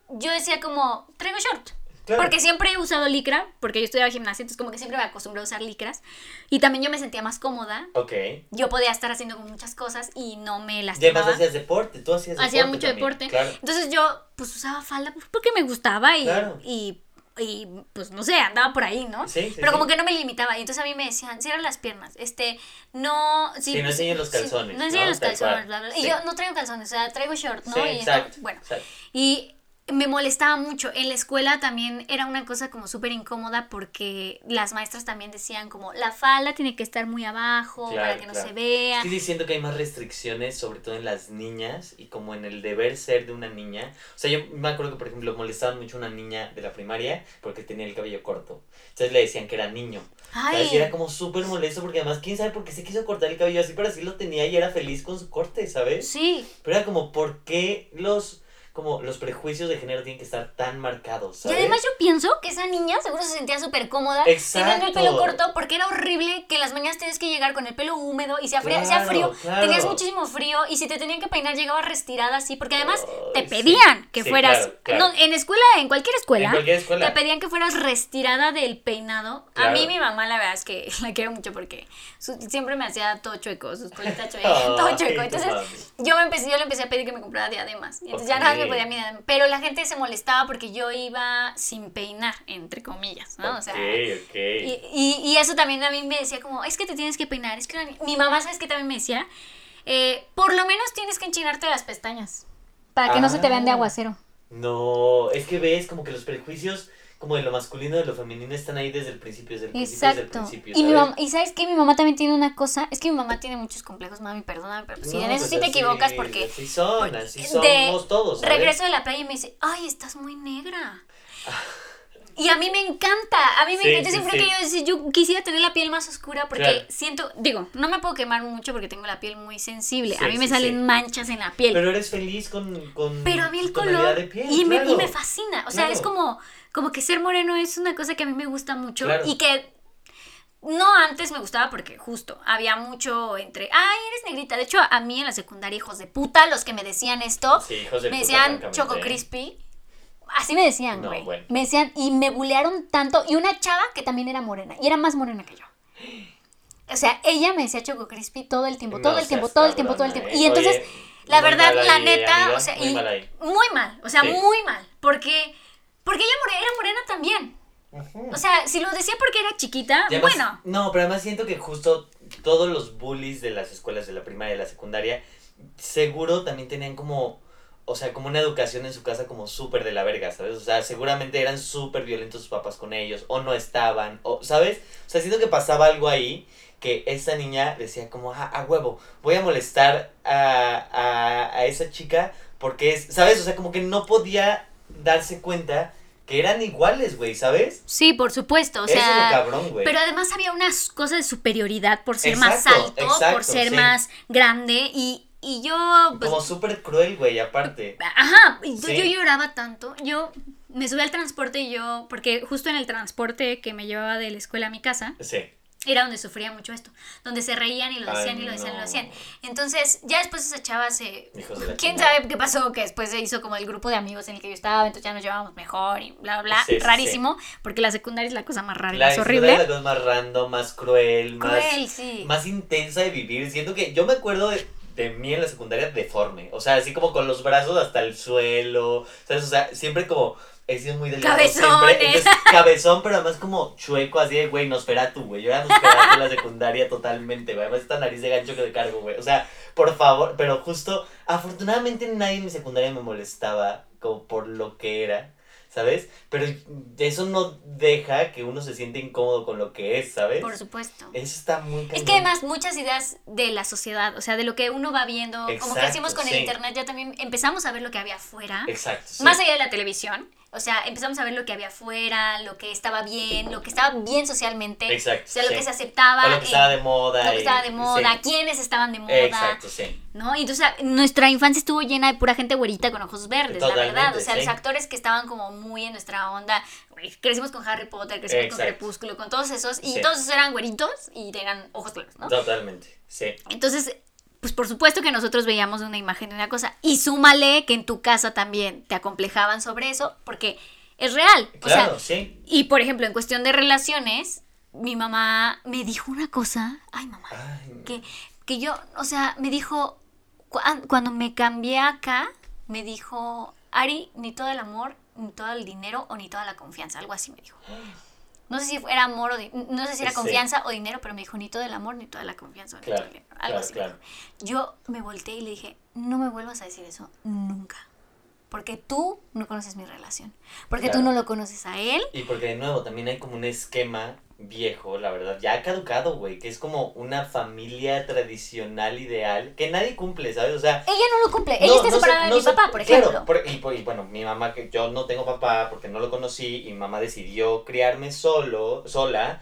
yo decía como, traigo short. Claro. Porque siempre he usado licra, porque yo estudiaba gimnasia, entonces como que siempre me acostumbré a usar licras. Y también yo me sentía más cómoda. Ok. Yo podía estar haciendo como muchas cosas y no me Y lastimaba. además hacías deporte, tú hacías deporte Hacía mucho también. deporte. Claro. Entonces yo pues usaba falda pues, porque me gustaba y, Claro. y, y pues no sé, andaba por ahí, ¿no? Sí, sí, Pero como sí. que no me limitaba. Y entonces a mí me decían, cierra las piernas, este, no... Sí, Sí, no enseñen los sí, calzones, no enseñen ¿no? los Tal calzones, cual. bla, bla. Sí. Y yo no traigo calzones, o sea, traigo short, ¿no? Sí, y, exacto, no, bueno, exacto. y me molestaba mucho. En la escuela también era una cosa como súper incómoda porque las maestras también decían como la falda tiene que estar muy abajo Claro, para que no claro. se vea. Es que sí siento que hay más restricciones, sobre todo en las niñas y como en el deber ser de una niña. O sea, yo me acuerdo que, por ejemplo, molestaban mucho a una niña de la primaria porque tenía el cabello corto. Entonces le decían que era niño. ¿Sabes? Y era Ay, como súper molesto porque además, quién sabe por qué se quiso cortar el cabello así, pero así lo tenía y era feliz con su corte, ¿sabes? sí. Pero era como, ¿por qué los, como, los prejuicios de género tienen que estar tan marcados, Y ¿sabes? además yo pienso que esa niña seguro se sentía súper cómoda Exacto. teniendo el pelo corto porque era horrible que las mañanas tenías que llegar con el pelo húmedo y sea, fría, sea Claro, frío, claro. tenías muchísimo frío y si te tenían que peinar llegabas restirada así porque además te Ay, pedían sí. que Sí, fueras, claro, claro. no, en escuela, en cualquier escuela, En cualquier escuela. te pedían que fueras restirada del peinado. Claro. A mí mi mamá la verdad es que la quiero mucho porque su- siempre me hacía todo chueco, sus colitas chuecas, Ay, todo chueco. tu Entonces mami. yo me empecé, yo le empecé a pedir que me comprara diademas. Y entonces ya Ok. nada más me podía mi diadema. Pero la gente se molestaba porque yo iba sin peinar, entre comillas, ¿no? O sea, Ok, ok. y, y, y eso también a mí me decía como, es que te tienes que peinar, es que la ni-". Mi mamá, ¿sabes qué también me decía? Eh, por lo menos tienes que enchinarte las pestañas para que no se te vean de Ah. aguacero. No, es que ves como que los prejuicios como de lo masculino y de lo femenino están ahí desde el principio, desde el principio, desde el Exacto. principio, Y, mi ¿sabes? mamá, y sabes que mi mamá también tiene una cosa, es que mi mamá tiene muchos complejos, mami, perdóname, pero sí, No, en eso pues sí te así- equivocas porque Así son, porque así de- somos todos, ¿sabes? regreso de la playa y me dice, ay, estás muy negra. Y a mí me encanta, a mí me Sí, encanta. Yo sí, siempre he sí. querido decir, yo quisiera tener la piel más oscura porque Claro. siento, digo, no me puedo quemar mucho porque tengo la piel muy sensible. Sí, a mí me sí, salen sí. manchas en la piel. Pero, Pero eres feliz con, con a mí el tu tonalidad color de piel, y, me, claro. y me fascina. O sea, Claro. es como, como que ser moreno es una cosa que a mí me gusta mucho Claro. y que no antes me gustaba porque justo había mucho entre, ay, eres negrita. De hecho, a mí en la secundaria, hijos de puta, los que me decían esto, Sí, hijos de me puta, decían francamente, Choco ¿eh? Crispy. Así me decían, No, güey. bueno. Me decían, y me bulearon tanto. Y una chava que también era morena, y era más morena que yo. O sea, ella me decía Choco Crispy todo el tiempo, todo No el tiempo, seas todo el tiempo, todo el cabrona, tiempo. ¿eh? Y entonces, Oye, la muy verdad, mal la ahí, neta, amiga, o sea, muy y mal ahí. muy mal, o sea, Sí. muy mal. Porque, porque ella more- era morena también. Ujú. O sea, si lo decía porque era chiquita, Y además- bueno. No, pero además siento que justo todos los bullies de las escuelas de la primaria y la secundaria, seguro también tenían como, o sea, como una educación en su casa como súper de la verga, ¿sabes? O sea, seguramente eran súper violentos sus papás con ellos, o no estaban, o, ¿sabes? O sea, siento que pasaba algo ahí que esa niña decía como, ah, a huevo, voy a molestar a, a, a esa chica porque es, ¿sabes? O sea, como que no podía darse cuenta que eran iguales, güey, ¿sabes? Sí, por supuesto, o Eso es lo sea. cabrón, güey. Pero además había unas cosas de superioridad por ser más Exacto, alto, exacto, por ser sí. más grande. Y, y yo, pues, Como súper cruel, güey, aparte. ajá, y yo, Sí. yo lloraba tanto. Yo me subí al transporte y yo, porque justo en el transporte que me llevaba de la escuela a mi casa, Sí. era donde sufría mucho esto, donde se reían y lo decían Ay, y lo decían y no. lo decían. Entonces, ya después esa chava se... Hijos de la ¿Quién chingada. sabe qué pasó? Que después se hizo como el grupo de amigos en el que yo estaba, entonces ya nos llevábamos mejor y bla, bla, bla. Sí, sí, Rarísimo, porque la secundaria es la cosa más rara y La más secundaria horrible. es la cosa más random, más cruel, más, Cruel, sí. más intensa de vivir. Siento que yo me acuerdo de, de mí en la secundaria deforme. O sea, así como con los brazos hasta el suelo. ¿Sabes? O sea, siempre como he sido muy delgado. Cabezones. Siempre. Entonces, cabezón, pero además como chueco, así de, güey, Nosferatu, güey. Yo era Nosferatu en la secundaria totalmente, güey. Además, esta nariz de gancho que le cargo, güey. O sea, por favor, pero justo, afortunadamente nadie en mi secundaria me molestaba como por lo que era. ¿Sabes? Pero eso no deja que uno se siente incómodo con lo que es, ¿sabes? Por supuesto. Eso está muy cañón. Es que además muchas ideas de la sociedad, o sea, de lo que uno va viendo, como Exacto, crecimos con sí. el internet, ya también empezamos a ver lo que había afuera. Exacto, sí. Más allá de la televisión, o sea, empezamos a ver lo que había afuera, lo que estaba bien, lo que estaba bien socialmente. Exacto, O sea, lo sí. que se aceptaba. O lo que eh, estaba de moda. Lo que y- estaba de moda, sí. quiénes estaban de moda. Exacto, sí. ¿No? Y entonces nuestra infancia estuvo llena de pura gente güerita con ojos verdes, la Totalmente, verdad. O sea, sí. los actores que estaban como muy en nuestra onda. Güey, crecimos con Harry Potter, crecimos con Exacto. Crepúsculo, con todos esos. Y Sí. todos esos eran güeritos y tenían ojos claros, ¿no? Totalmente, sí. Entonces, pues por supuesto que nosotros veíamos una imagen de una cosa. Y súmale que en tu casa también te acomplejaban sobre eso, porque es real. Claro, o sea, sí. Y por ejemplo, en cuestión de relaciones, mi mamá me dijo una cosa. Ay, mamá. Ay. Que, que yo, o sea, me dijo, cu- cuando me cambié acá, me dijo, Ari, ni todo el amor, ni todo el dinero o ni toda la confianza. Algo así me dijo. No sé si era amor o di- no sé si era Sí. confianza o dinero, pero me dijo ni todo el amor ni toda la confianza. Ni Claro, todo el dinero. Algo claro, así. me claro. dijo. Yo me volteé y le dije, no me vuelvas a decir eso nunca. Porque tú no conoces mi relación. Porque Claro. tú no lo conoces a él. Y porque de nuevo también hay como un esquema viejo, la verdad, ya caducado, güey, que es como una familia tradicional ideal que nadie cumple, ¿sabes? O sea, Ella no lo cumple. Ella no- está no se- separada de no mi se- papá, por claro, ejemplo. por- y, por- y bueno, mi mamá, que yo no tengo papá porque no lo conocí y mi mamá decidió criarme solo, sola,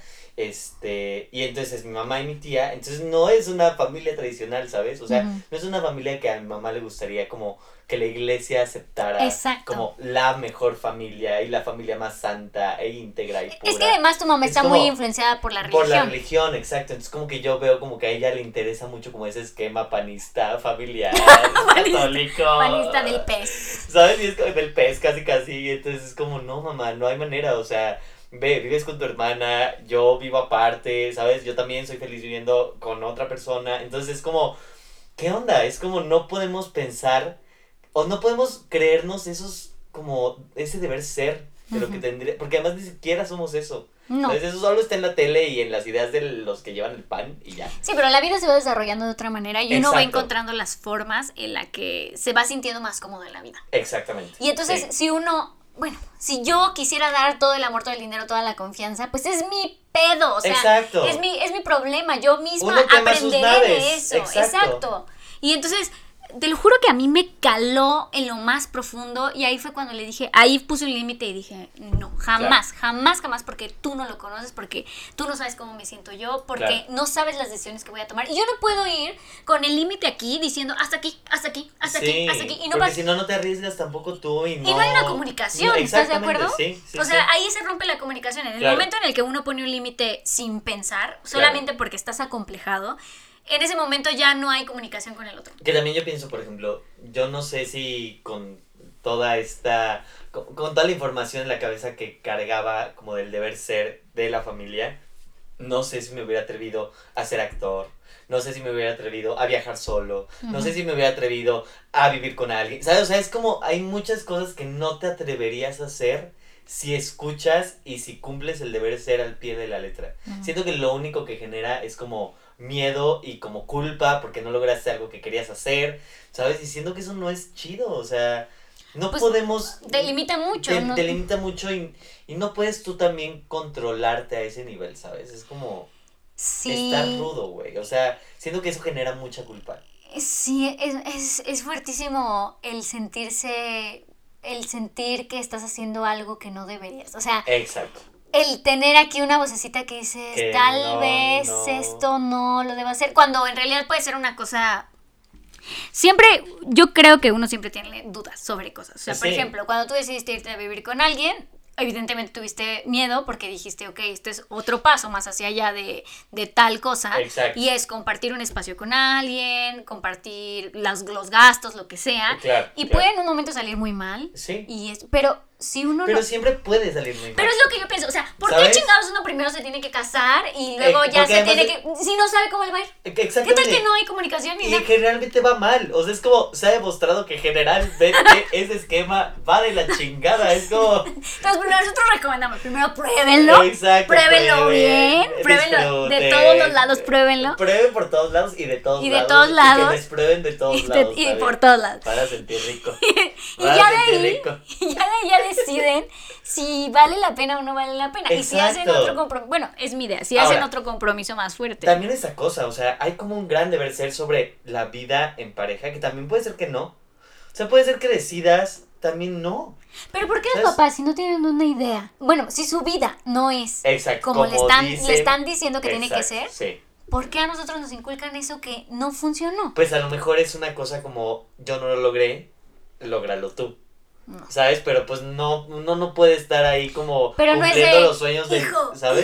este, y entonces mi mamá y mi tía, entonces no es una familia tradicional, ¿sabes? O sea, Ujú. no es una familia que a mi mamá le gustaría como que la iglesia aceptara Exacto. como la mejor familia y la familia más santa e íntegra y pura. Es que además tu mamá Es está como- muy influenciada por la religión. Por la religión, exacto. Entonces como que yo veo como que a ella le interesa mucho como ese esquema panista, familiar, católico. Panista del pez. ¿Sabes? Y es como del pez casi casi. Y entonces es como, no mamá, no hay manera. O sea, ve, vives con tu hermana, yo vivo aparte, ¿sabes? Yo también soy feliz viviendo con otra persona. Entonces es como, ¿qué onda? Es como no podemos pensar o no podemos creernos esos como ese deber ser de lo que Ujú. tendría. Porque además ni siquiera somos eso. No. ¿Sabes? Eso solo está en la tele y en las ideas de los que llevan el pan y ya. Sí, pero la vida se va desarrollando de otra manera y uno va Exacto. encontrando las formas en la que se va sintiendo más cómodo en la vida. Exactamente. Y entonces, Sí. si uno, bueno, si yo quisiera dar todo el amor, todo el dinero, toda la confianza, pues es mi pedo, o sea, Exacto. es mi, es mi problema, yo misma Uno quema sus aprenderé naves, de eso, exacto. exacto. Y entonces, te lo juro que a mí me caló en lo más profundo y ahí fue cuando le dije, ahí puse un límite y dije, no, jamás, jamás, jamás, porque tú no lo conoces, porque tú no sabes cómo me siento yo, porque Claro. no sabes las decisiones que voy a tomar. Y yo no puedo ir con el límite aquí diciendo, hasta aquí, hasta aquí, hasta Sí, aquí, hasta aquí. Y no porque pasa. si no, no te arriesgas tampoco tú y no... Y no hay una comunicación, No, ¿estás de exactamente, acuerdo? Sí, sí, o sí. sea, ahí se rompe la comunicación. En el Claro. momento en el que uno pone un límite sin pensar, solamente porque estás acomplejado, en ese momento ya no hay comunicación con el otro. Que también yo pienso, por ejemplo, yo no sé si con toda esta... Con, con toda la información en la cabeza que cargaba como del deber ser de la familia, no sé si me hubiera atrevido a ser actor, no sé si me hubiera atrevido a viajar solo, no sé si me hubiera atrevido a vivir con alguien, ¿sabes? O sea, es como hay muchas cosas que no te atreverías a hacer si escuchas y si cumples el deber ser al pie de la letra. Ujú. Siento que lo único que genera es como miedo y como culpa porque no lograste algo que querías hacer, ¿sabes? Y siento que eso no es chido, o sea, no Pues, podemos... Te limita mucho. Te, ¿no? te limita mucho y, y no puedes tú también controlarte a ese nivel, ¿sabes? Es como... Sí. Está rudo, güey. O sea, siento que eso genera mucha culpa. Sí, es, es, es fuertísimo el sentirse, el sentir que estás haciendo algo que no deberías. O sea, Exacto. el tener aquí una vocecita que dices, Que tal no, vez no. esto no lo debo hacer, cuando en realidad puede ser una cosa... Siempre, yo creo que uno siempre tiene dudas sobre cosas. O sea, por Sí. ejemplo, cuando tú decidiste irte a vivir con alguien, evidentemente tuviste miedo porque dijiste, ok, este es otro paso más hacia allá de, de tal cosa. Exacto. Y es compartir un espacio con alguien, compartir las, los gastos, lo que sea. Claro, Y claro. puede en un momento salir muy mal. Sí. Y es, pero si uno Pero no... siempre puede salir muy mal. Pero es lo que yo pienso, o sea, ¿por qué ¿Sabes? chingados uno primero se tiene que casar y luego Eh, ya porque se además tiene de- que... Si no sabe cómo le va a ir. Que ¿Qué Exactamente. tal que no hay comunicación ni Y nada? generalmente va mal. O sea, es como, se ha demostrado que generalmente ese esquema va de la chingada. Es como... Entonces, primero nosotros recomendamos, primero pruébenlo. Exacto. Pruébenlo prueben, bien, pruébenlo de disfruten. todos los lados, pruébenlo. Prueben por todos lados y de todos Y de lados. todos lados. que les prueben de todos Y, de- lados. y ¿sabes? por todos lados. Para sentir rico. Y Para ya de sentir ahí, rico. y ya de ahí ya deciden si vale la pena o no vale la pena. Y si hacen Exacto. otro compromiso, bueno, es mi idea, si Ahora, hacen otro compromiso más fuerte. También esa cosa, o sea, hay como un gran deber ser sobre la vida en pareja, que también puede ser que no. O sea, puede ser que decidas, también no. Pero ¿por qué los ¿Sabes? papás si no tienen una idea? Bueno, si su vida no es Exacto. como, le, están, dicen- le están diciendo que tiene que Exacto, ser, Sí. ¿por qué a nosotros nos inculcan eso que no funcionó? Pues a lo mejor es una cosa como, yo no lo logré, lógralo tú. No. ¿Sabes? Pero pues no, uno no puede estar ahí como Pero no es cumpliendo de, los sueños de, hijo, ¿sabes? hijo,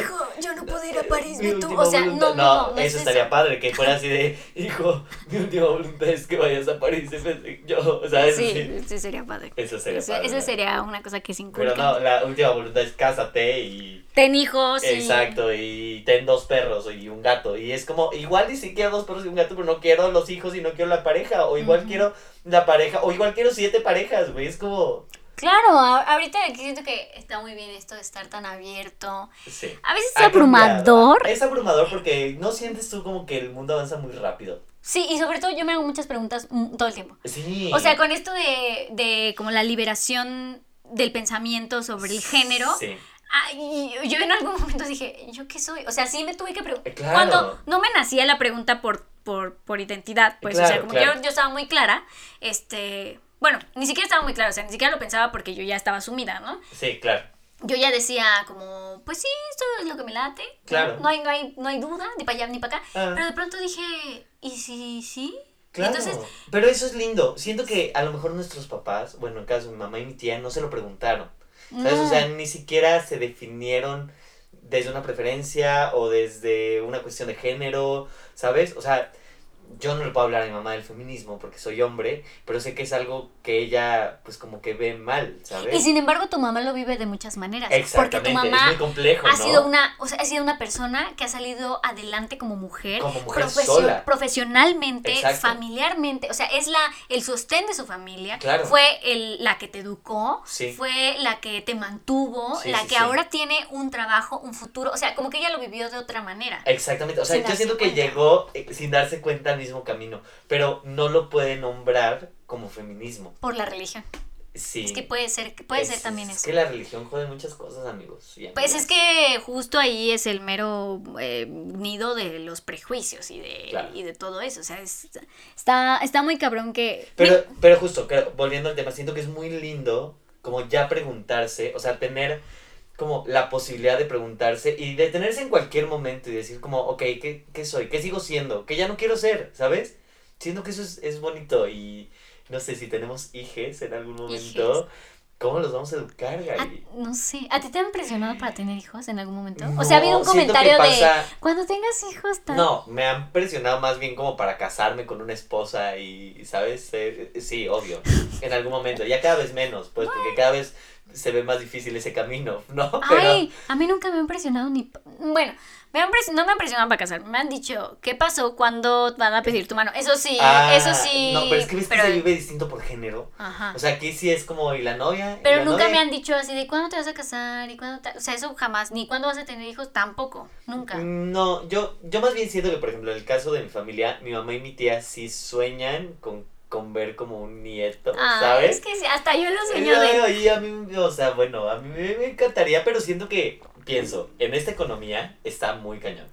yo no puedo ir a París, Mi ve tú. última O sea, voluntad- no, no, no, no eso es estaría eso. padre, que fuera así de, hijo, mi última voluntad es que vayas a París en vez de yo, o sea, eso sí. Sí, sí sería padre. Eso sería Ese- padre, Esa ¿no? sería una cosa que se Pero inculca. no, la última voluntad es cásate y... Ten hijos y... Exacto, y ten dos perros y un gato. Y es como, igual ni siquiera dos perros y un gato, pero no quiero los hijos y no quiero la pareja. O igual Ujú. quiero la pareja, o igual quiero siete parejas, güey. Es como... Claro, a- ahorita que siento que está muy bien esto de estar tan abierto. Sí. A veces es Ha cambiado. abrumador. Es abrumador porque no sientes tú como que el mundo avanza muy rápido. Sí, y sobre todo yo me hago muchas preguntas mm, todo el tiempo. Sí. O sea, con esto de, de como la liberación del pensamiento sobre el género. Sí. Ay, yo en algún momento dije, ¿yo qué soy? O sea, sí me tuve que preguntar. Eh, claro. Cuando no me nacía la pregunta por, por, por identidad, pues, Claro, o sea, como claro. yo, yo estaba muy clara, este, bueno, ni siquiera estaba muy clara, o sea, ni siquiera lo pensaba porque yo ya estaba sumida, ¿no? Sí, claro. Yo ya decía como, pues sí, esto es lo que me late. ¿no? Claro. No hay, no hay, no hay duda, ni para allá ni para acá. Ah. Pero de pronto dije, ¿y si sí? Claro, Entonces, pero eso es lindo. Siento que a lo mejor nuestros papás, bueno, en caso de mi mamá y mi tía, no se lo preguntaron. ¿Sabes? no. O sea, ni siquiera se definieron desde una preferencia o desde una cuestión de género, ¿sabes? O sea, yo no le puedo hablar a mi mamá del feminismo porque soy hombre, pero sé que es algo que ella, pues, como que ve mal, ¿sabes? Y sin embargo, tu mamá lo vive de muchas maneras. Exactamente, Porque tu mamá es muy complejo, ha ¿no? sido una, o sea, ha sido una persona que ha salido adelante como mujer, Como mujer profesio- sola. profesionalmente, Exacto. familiarmente, o sea, es la el sostén de su familia, Claro. fue el, la que te educó, Sí. fue la que te mantuvo, Sí, la sí, que sí. ahora tiene un trabajo, un futuro, o sea, como que ella lo vivió de otra manera. Exactamente, o sea, Sin yo darse siento que cuenta. llegó eh, sin darse cuenta al mismo camino, pero no lo puede nombrar como feminismo. Por la religión. Sí. Es que puede ser, puede Es- ser también es eso. que la religión jode muchas cosas, amigos. y Pues amigas. es que justo ahí es el mero eh, nido de los prejuicios y de, Claro. y de todo eso. O sea, es- está, está muy cabrón que... Pero, pero justo, creo, volviendo al tema, siento que es muy lindo como ya preguntarse, o sea, tener como la posibilidad de preguntarse y detenerse en cualquier momento y decir como, ok, ¿qué, qué soy? ¿Qué sigo siendo? ¿Qué ya no quiero ser? ¿Sabes? Siento que eso es, es bonito y no sé si tenemos hijes en algún momento, Hijes. ¿cómo los vamos a educar, Ah, Gaby? no sé, ¿a ti te han presionado para tener hijos en algún momento? No, O sea, ha habido un siento que comentario pasa- de, cuando tengas hijos, tal... No, me han presionado más bien como para casarme con una esposa y, ¿sabes? Eh, sí, obvio, en algún momento, ya cada vez menos, pues, porque cada vez se ve más difícil ese camino, ¿no? Pero, Ay, a mí nunca me han presionado ni... pa- Bueno, me han pres- no me han presionado para casarme, me han dicho, ¿qué pasó cuando van a pedir tu mano? Eso sí, ah, eso sí... No, pero es que ves pero- que se vive distinto por género. Ajá. O sea, aquí sí es como, ¿y la novia? ¿Y Pero la nunca novia? me han dicho así de cuándo te vas a casar y cuándo te... O sea, eso jamás, ni cuándo vas a tener hijos, tampoco, nunca. No, yo, yo más bien siento que, por ejemplo, en el caso de mi familia, mi mamá y mi tía sí sueñan con, con ver como un nieto, Ah, ¿sabes? es que sí, hasta yo lo sueño Ay, de... ay, a mí, o sea, bueno, a mí me, me encantaría, pero siento que, pienso, en esta economía está muy cañón.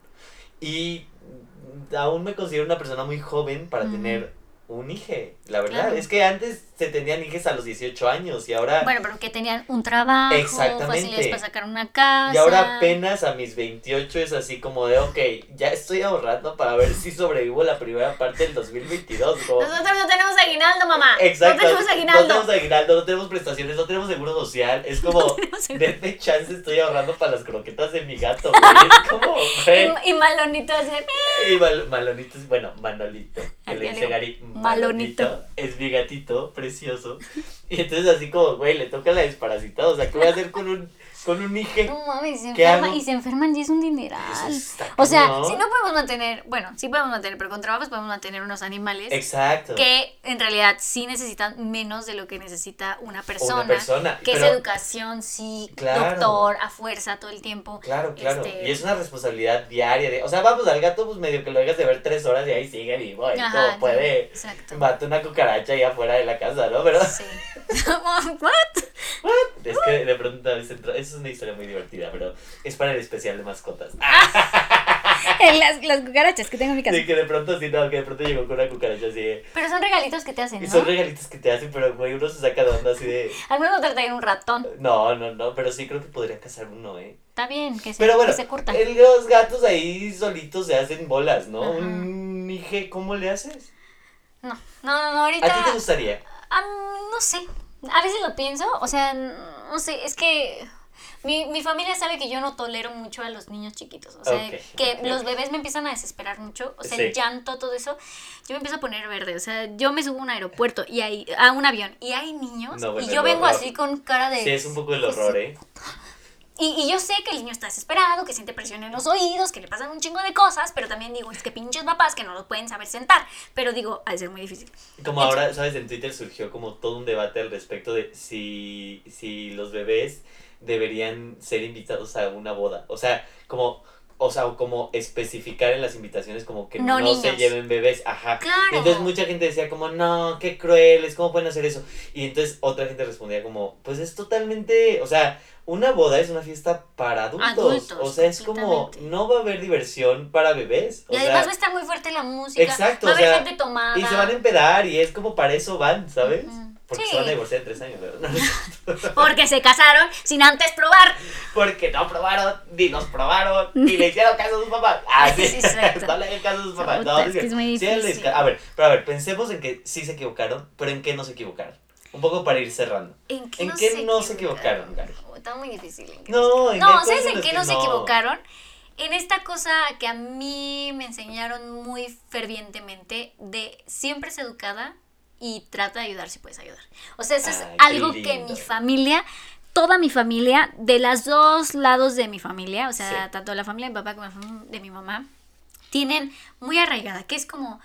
Y aún me considero una persona muy joven para Ujú. tener un hijo, la verdad. Claro. Es que antes se tenían hijos a los dieciocho años y ahora... Bueno, pero que tenían un trabajo, Exactamente. facilidades para sacar una casa. Y ahora apenas a mis veintiocho es así como de, ok, ya estoy ahorrando para ver si sobrevivo la primera parte del dos mil veintidós. Como, Nosotros no tenemos aguinaldo, mamá. exacto, No tenemos aguinaldo. no tenemos aguinaldo, no tenemos prestaciones, no tenemos seguro social. Es como, tenemos seguro. denme chance, estoy ahorrando para las croquetas de mi gato, güey. Es como, güey. Y, y Malonito así. Y Mal- Malonito es, bueno, Manolito, que Ay, le ya dice le- Gary, Malonito. Malonito, es mi gatito precioso. Y entonces así como, güey, le toca la desparasitada, o sea, ¿qué voy a hacer con un, con un hijo? No mames, se ¿Qué enferman hago? y se enferman y es un dineral. Eso está O sea, cañón. si no podemos mantener, bueno, sí podemos mantener, pero con trabajos podemos mantener unos animales Exacto. que en realidad sí necesitan menos de lo que necesita una persona. Una persona. Que pero, es educación, sí, Claro. doctor, a fuerza todo el tiempo. Claro, claro. Este- Y es una responsabilidad diaria. De, o sea, vamos, al gato, pues medio que lo dejas de ver tres horas y ahí sigue vivo. Ahí Ajá, como puede. Exacto. Mata una cucaracha ahí afuera de la casa, ¿no? Pero Sí. ¿What? es que de pronto a veces entra- eso es una historia muy divertida, pero es para el especial de mascotas. las, las cucarachas que tengo en mi casa. De que de pronto sí, no, que de pronto llegó con una cucaracha así de. Pero son regalitos que te hacen, Y ¿no? son regalitos que te hacen, pero güey, uno se saca de onda así de. Al menos no te traen un ratón. No, no, no, pero sí creo que podría cazar uno, ¿eh? Está bien, que se, Pero bueno, que se curta. el- los gatos ahí solitos se hacen bolas, ¿no? Ajá. Un hije, ¿cómo le haces? No, no, no, no, ahorita... ¿A ti te gustaría? Ah, no sé, a veces lo pienso, o sea, no sé, es que Mi, mi familia sabe que yo no tolero mucho a los niños chiquitos. O sea, Okay, que okay, los okay. bebés me empiezan a desesperar mucho. O sea, Sí. el llanto, todo eso. Yo me empiezo a poner verde. O sea, yo me subo a un aeropuerto y hay, a un avión y hay niños. No, bueno, y yo el vengo horror. así con cara de. Sí, es un poco el "Hijos de horror, ¿eh? Y, y yo sé que el niño está desesperado, que siente presión en los oídos, que le pasan un chingo de cosas, pero también digo, es que pinches papás que no lo pueden saber sentar. Pero digo, ha de ser muy difícil. Como ahora, ¿sabes? En Twitter surgió como todo un debate al respecto de si, si los bebés deberían ser invitados a una boda. O sea, como... O sea, como especificar en las invitaciones como que No no, niños. se lleven bebés, ajá. Claro. Y entonces mucha gente decía como, no, qué crueles, ¿cómo pueden hacer eso? Y entonces otra gente respondía como, pues es totalmente, o sea, una boda es una fiesta para adultos. Adultos, O sea, es como, completamente. no va a haber diversión para bebés. O Y además va a sea, estar muy fuerte la música. exacto, Va a o haber sea, gente tomada. y se van a empedar y es como para eso van, ¿sabes? Ujú. Porque Sí. se van a divorciar en tres años, ¿verdad? Porque se casaron sin antes probar. Porque no probaron, ni nos probaron, ni le hicieron caso a sus papás. Ah, sí, Sí, exacto. no le hagan caso a sus papás. Puta, No, es que es muy sí, les difícil. ca- a ver, pero a ver, pensemos en que sí se equivocaron, pero en qué no se equivocaron. Un poco para ir cerrando. ¿En qué, ¿En no, qué se no se equivocaron, Gary? Oh, está muy difícil. ¿En qué No, se en No, qué ¿sabes cosas en es qué que no se no? equivocaron? En esta cosa que a mí me enseñaron muy fervientemente de siempre es educada y trata de ayudar si puedes ayudar. O sea, eso es Ay, qué algo que lindo. mi familia, toda mi familia, de los dos lados de mi familia, o sea, Sí. tanto la familia de mi papá como la familia de mi mamá, tienen muy arraigada, que es como,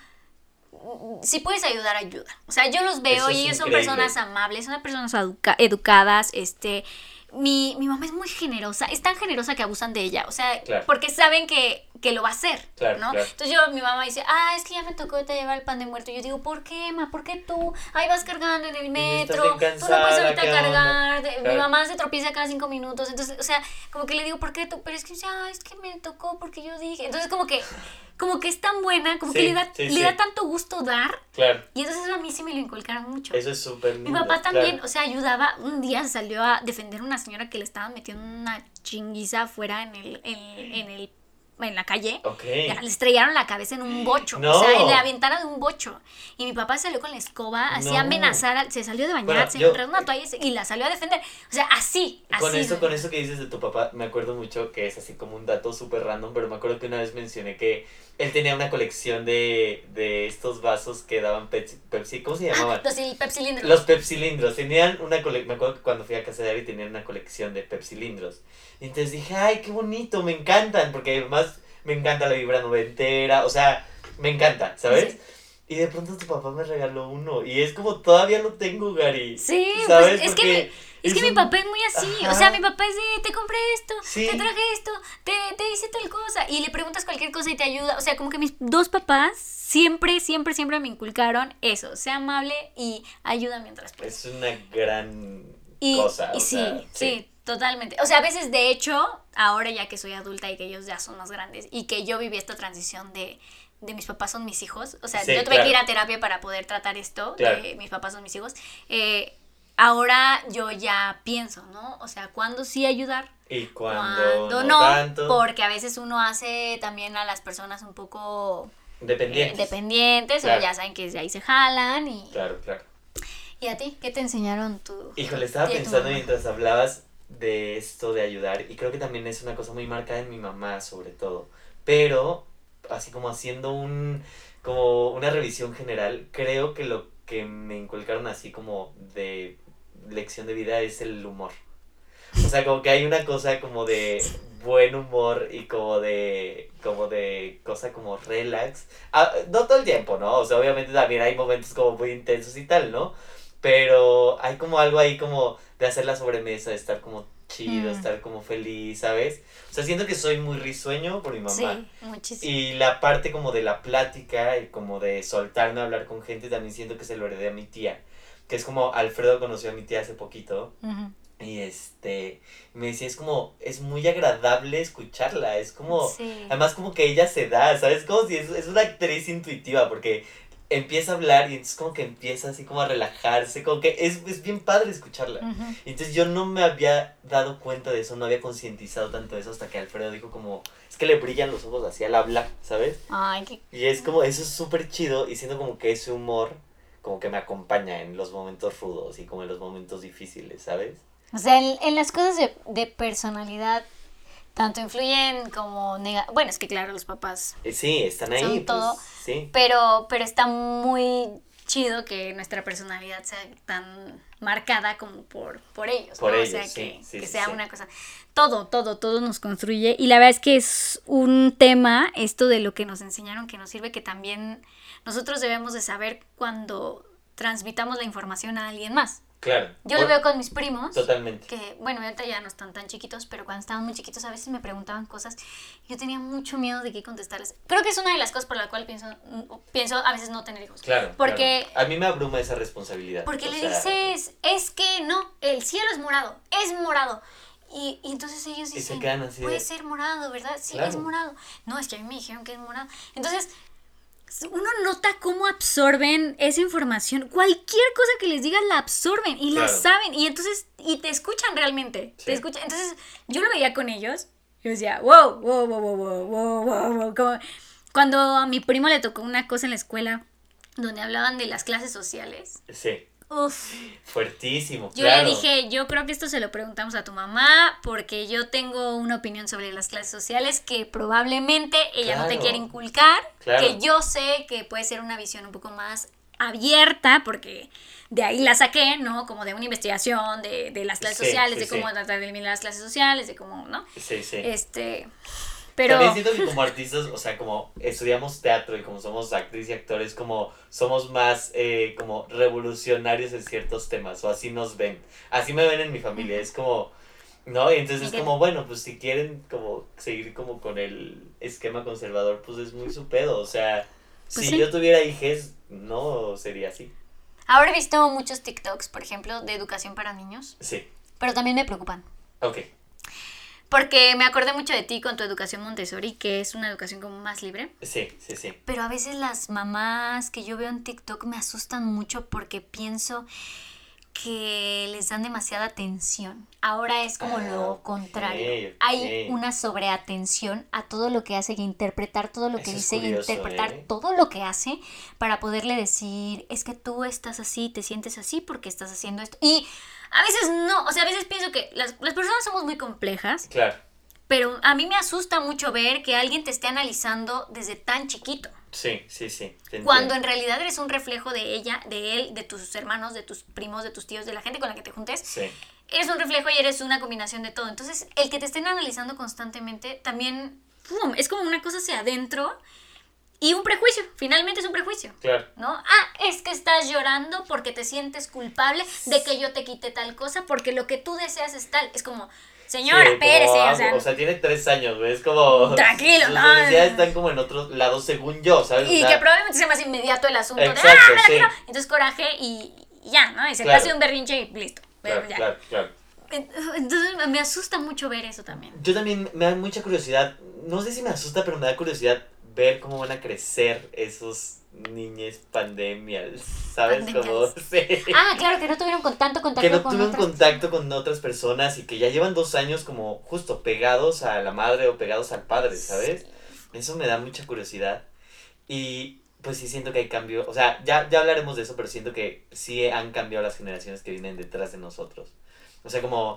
si puedes ayudar, ayuda. O sea, yo los veo Eso es y ellos son increíble. personas amables, son personas educa- educadas, este... Mi, mi mamá es muy generosa, es tan generosa que abusan de ella, o sea, Claro. porque saben que, que lo va a hacer, Claro, ¿no? claro. Entonces yo, mi mamá dice, ah, es que ya me tocó te llevar el pan de muerto. Y yo digo, ¿por qué, ma? ¿Por qué tú? Ahí vas cargando en el metro, bien tú no puedes cansada, ahorita ¿qué onda? cargar. de- Mi Claro. mamá se tropieza cada cinco minutos, entonces, o sea, como que le digo, ¿por qué tú? Pero es que, ah, es que me tocó porque yo dije. Entonces como que, como que es tan buena, como Sí, que le da, sí, le sí. da tanto gusto dar. Claro, Y entonces a mí sí me lo inculcaron mucho. eso es súper lindo. Mi papá también, claro. o sea, ayudaba. Un día salió a defender a una señora que le estaban metiendo una chinguiza afuera en el, en, en el, en la calle. Ok. Le estrellaron la cabeza en un bocho, No. o sea, en la ventana de un bocho. Y mi papá salió con la escoba, así No. a amenazar, a- se salió de bañar, Bueno, se yo- enredó una toalla y se- y la salió a defender. O sea, así, así. Con eso, de- con eso que dices de tu papá, me acuerdo mucho que es así como un dato súper random, pero me acuerdo que una vez mencioné que él tenía una colección de, de estos vasos que daban Pepsi, Pepsi ¿cómo se llamaban? Los sí, pepsilindros. Los pepsilindros, tenían una colección, me acuerdo que cuando fui a casa de Ari tenían una colección de pepsilindros. Y entonces dije, ay, qué bonito, me encantan, porque además me encanta la vibra noventera, o sea, me encanta, ¿sabes? Sí. Y de pronto tu papá me regaló uno, y es como, todavía lo tengo, Gary. Sí, ¿sabes? pues es que, Porque mi, es que es mi un- papá es muy así. Ajá. O sea, mi papá es de, te compré esto, Sí. te traje esto, te, te hice tal cosa. Y le preguntas cualquier cosa y te ayuda. O sea, como que mis dos papás siempre, siempre, siempre me inculcaron eso. Sea amable y ayuda mientras puedes. Es una gran Y, cosa. y o sí, sea, sí, totalmente. O sea, a veces, de hecho, ahora ya que soy adulta y que ellos ya son más grandes y que yo viví esta transición de, de mis papás son mis hijos, o sea, Sí, yo tuve claro. que ir a terapia para poder tratar esto, Claro. de mis papás son mis hijos, eh, ahora yo ya pienso, ¿no? O sea, ¿cuándo sí ayudar? Y cuando ¿Cuándo no, no? tanto, Porque a veces uno hace también a las personas un poco eh, dependientes. dependientes, Claro. o ya saben que de ahí se jalan y... Claro, claro. ¿Y a ti? ¿Qué te enseñaron tu... Híjole, estaba tía, tu pensando mamá? mientras hablabas de esto de ayudar, y creo que también es una cosa muy marcada en mi mamá, sobre todo. Pero, así como haciendo un como una revisión general, creo que lo que me inculcaron así como de lección de vida es el humor. O sea, como que hay una cosa como de buen humor y como de como de cosa como relax. Ah, no todo el tiempo, ¿no? O sea, obviamente también hay momentos como muy intensos y tal, ¿no? Pero hay como algo ahí como de hacer la sobremesa, de estar como chido, Mm. estar como feliz, ¿sabes? O sea, siento que soy muy risueño por mi mamá. Sí, muchísimo. Y la parte como de la plática y como de soltarme a hablar con gente también siento que se lo heredé a mi tía. Que es como Alfredo conoció a mi tía hace poquito. Ujú. Y este, me decía, es como, es muy agradable escucharla. Es como, Sí. además como que ella se da, ¿sabes? Como si es, es una actriz intuitiva porque empieza a hablar y entonces como que empieza así como a relajarse. Como que es, es bien padre escucharla. Ujú. Y entonces yo no me había dado cuenta de eso, no había concientizado tanto de eso hasta que Alfredo dijo como, es que le brillan los ojos así al hablar, ¿sabes? Ay, qué... Y es como, eso es súper chido y siento como que ese humor como que me acompaña en los momentos rudos y como en los momentos difíciles, ¿sabes? O sea, en, en las cosas de, de personalidad, tanto influyen como nega... Bueno, es que claro, los papás Eh, Sí, están ahí. son Pues, todo, sí, pero, pero está muy chido que nuestra personalidad sea tan marcada como por, por ellos, Por ¿no? ellos, O sea, sí, que, sí, que sí, sea sí. una cosa... Todo, todo, todo nos construye. Y la verdad es que es un tema, esto de lo que nos enseñaron, que nos sirve, que también nosotros debemos de saber cuando transmitamos la información a alguien más. Claro. Yo Por- lo veo con mis primos. Totalmente. Que, bueno, ahorita ya no están tan chiquitos, pero cuando estaban muy chiquitos a veces me preguntaban cosas. Yo tenía mucho miedo de qué contestarles. Creo que es una de las cosas por la cual pienso, pienso a veces no tener hijos. Claro. Porque, claro. A mí me abruma esa responsabilidad. porque o le sea, dices, es que no, el cielo es morado, es morado. Y, y entonces ellos se dicen, quedan así de- puede ser morado, ¿verdad? Sí, Claro. es morado. No, es que a mí me dijeron que es morado. Entonces, uno nota cómo absorben esa información. Cualquier cosa que les digas la absorben y la Claro. saben. Y entonces, y te escuchan realmente. Sí. Te escuchan. Entonces, yo lo veía con ellos. Yo decía, wow, wow, wow, wow, wow, wow, wow, wow. Como cuando a mi primo le tocó una cosa en la escuela donde hablaban de las clases sociales. Sí. Uf. Fuertísimo. Yo claro. le dije, yo creo que esto se lo preguntamos a tu mamá porque yo tengo una opinión sobre las clases sociales que probablemente ella no te Claro. quiere inculcar, Claro. que yo sé que puede ser una visión un poco más abierta porque de ahí la saqué, ¿no? Como de una investigación de, de las clases Sí, sociales, sí, de cómo sí. tratar de eliminar las clases sociales, de cómo, ¿no? Sí, sí. Este, pero... También siento que como artistas, o sea, como estudiamos teatro y como somos actrices y actores, como somos más eh, como revolucionarios en ciertos temas, o así nos ven. Así me ven en mi familia, es como, ¿no? Y entonces es ¿Y qué? como, bueno, pues si quieren como seguir como con el esquema conservador, pues es muy su pedo, o sea, Pues si sí. yo tuviera hijes, no sería así. Ahora he visto muchos TikToks, por ejemplo, de educación para niños, Sí, pero también me preocupan. ok, Porque me acordé mucho de ti con tu educación Montessori, que es una educación como más libre. sí, sí, sí. Pero a veces las mamás que yo veo en TikTok me asustan mucho porque pienso que les dan demasiada atención. Ahora es como Ah, lo ok, contrario. ok. Hay una sobreatención a todo lo que hace y interpretar todo lo que Eso es dice y curioso, interpretar ¿eh? todo lo que hace para poderle decir, es que tú estás así, te sientes así porque estás haciendo esto. Y a veces no, o sea, a veces pienso que las, las personas somos muy complejas, Claro, pero a mí me asusta mucho ver que alguien te esté analizando desde tan chiquito. sí, sí, sí. te Cuando entiendo. en realidad eres un reflejo de ella, de él, de tus hermanos, de tus primos, de tus tíos, de la gente con la que te juntes. Sí, Eres un reflejo y eres una combinación de todo. Entonces, el que te estén analizando constantemente también ¡pum! Es como una cosa hacia adentro y un prejuicio. Finalmente es un prejuicio. claro. ¿No? Ah, es que estás llorando porque te sientes culpable de que yo te quite tal cosa porque lo que tú deseas es tal. Es como, señora, Sí, espérese, como, o sea, o sea, tiene tres años, güey, es como... Tranquilo, sus no, necesidades no, no. están como en otros lados según yo, ¿sabes? O y sea, que probablemente sea más inmediato el asunto Exacto, de, ah, me la sí. quiero. Entonces coraje y, y ya, ¿no? Y se Claro. pase un berrinche y listo. Claro, ya. claro, claro. Entonces me asusta mucho ver eso también. Yo también me da mucha curiosidad, no sé si me asusta, pero me da curiosidad ver cómo van a crecer esos niñes pandemias, ¿sabes? Pandemias. Como, sí. Ah, claro, que no tuvieron con tanto contacto Que no con tuvieron otras contacto con otras personas y que ya llevan dos años como justo pegados a la madre o pegados al padre, ¿sabes? Eso me da mucha curiosidad. Y pues sí siento que hay cambio. O sea, ya, ya hablaremos de eso, pero siento que sí han cambiado las generaciones que vienen detrás de nosotros. O sea, como,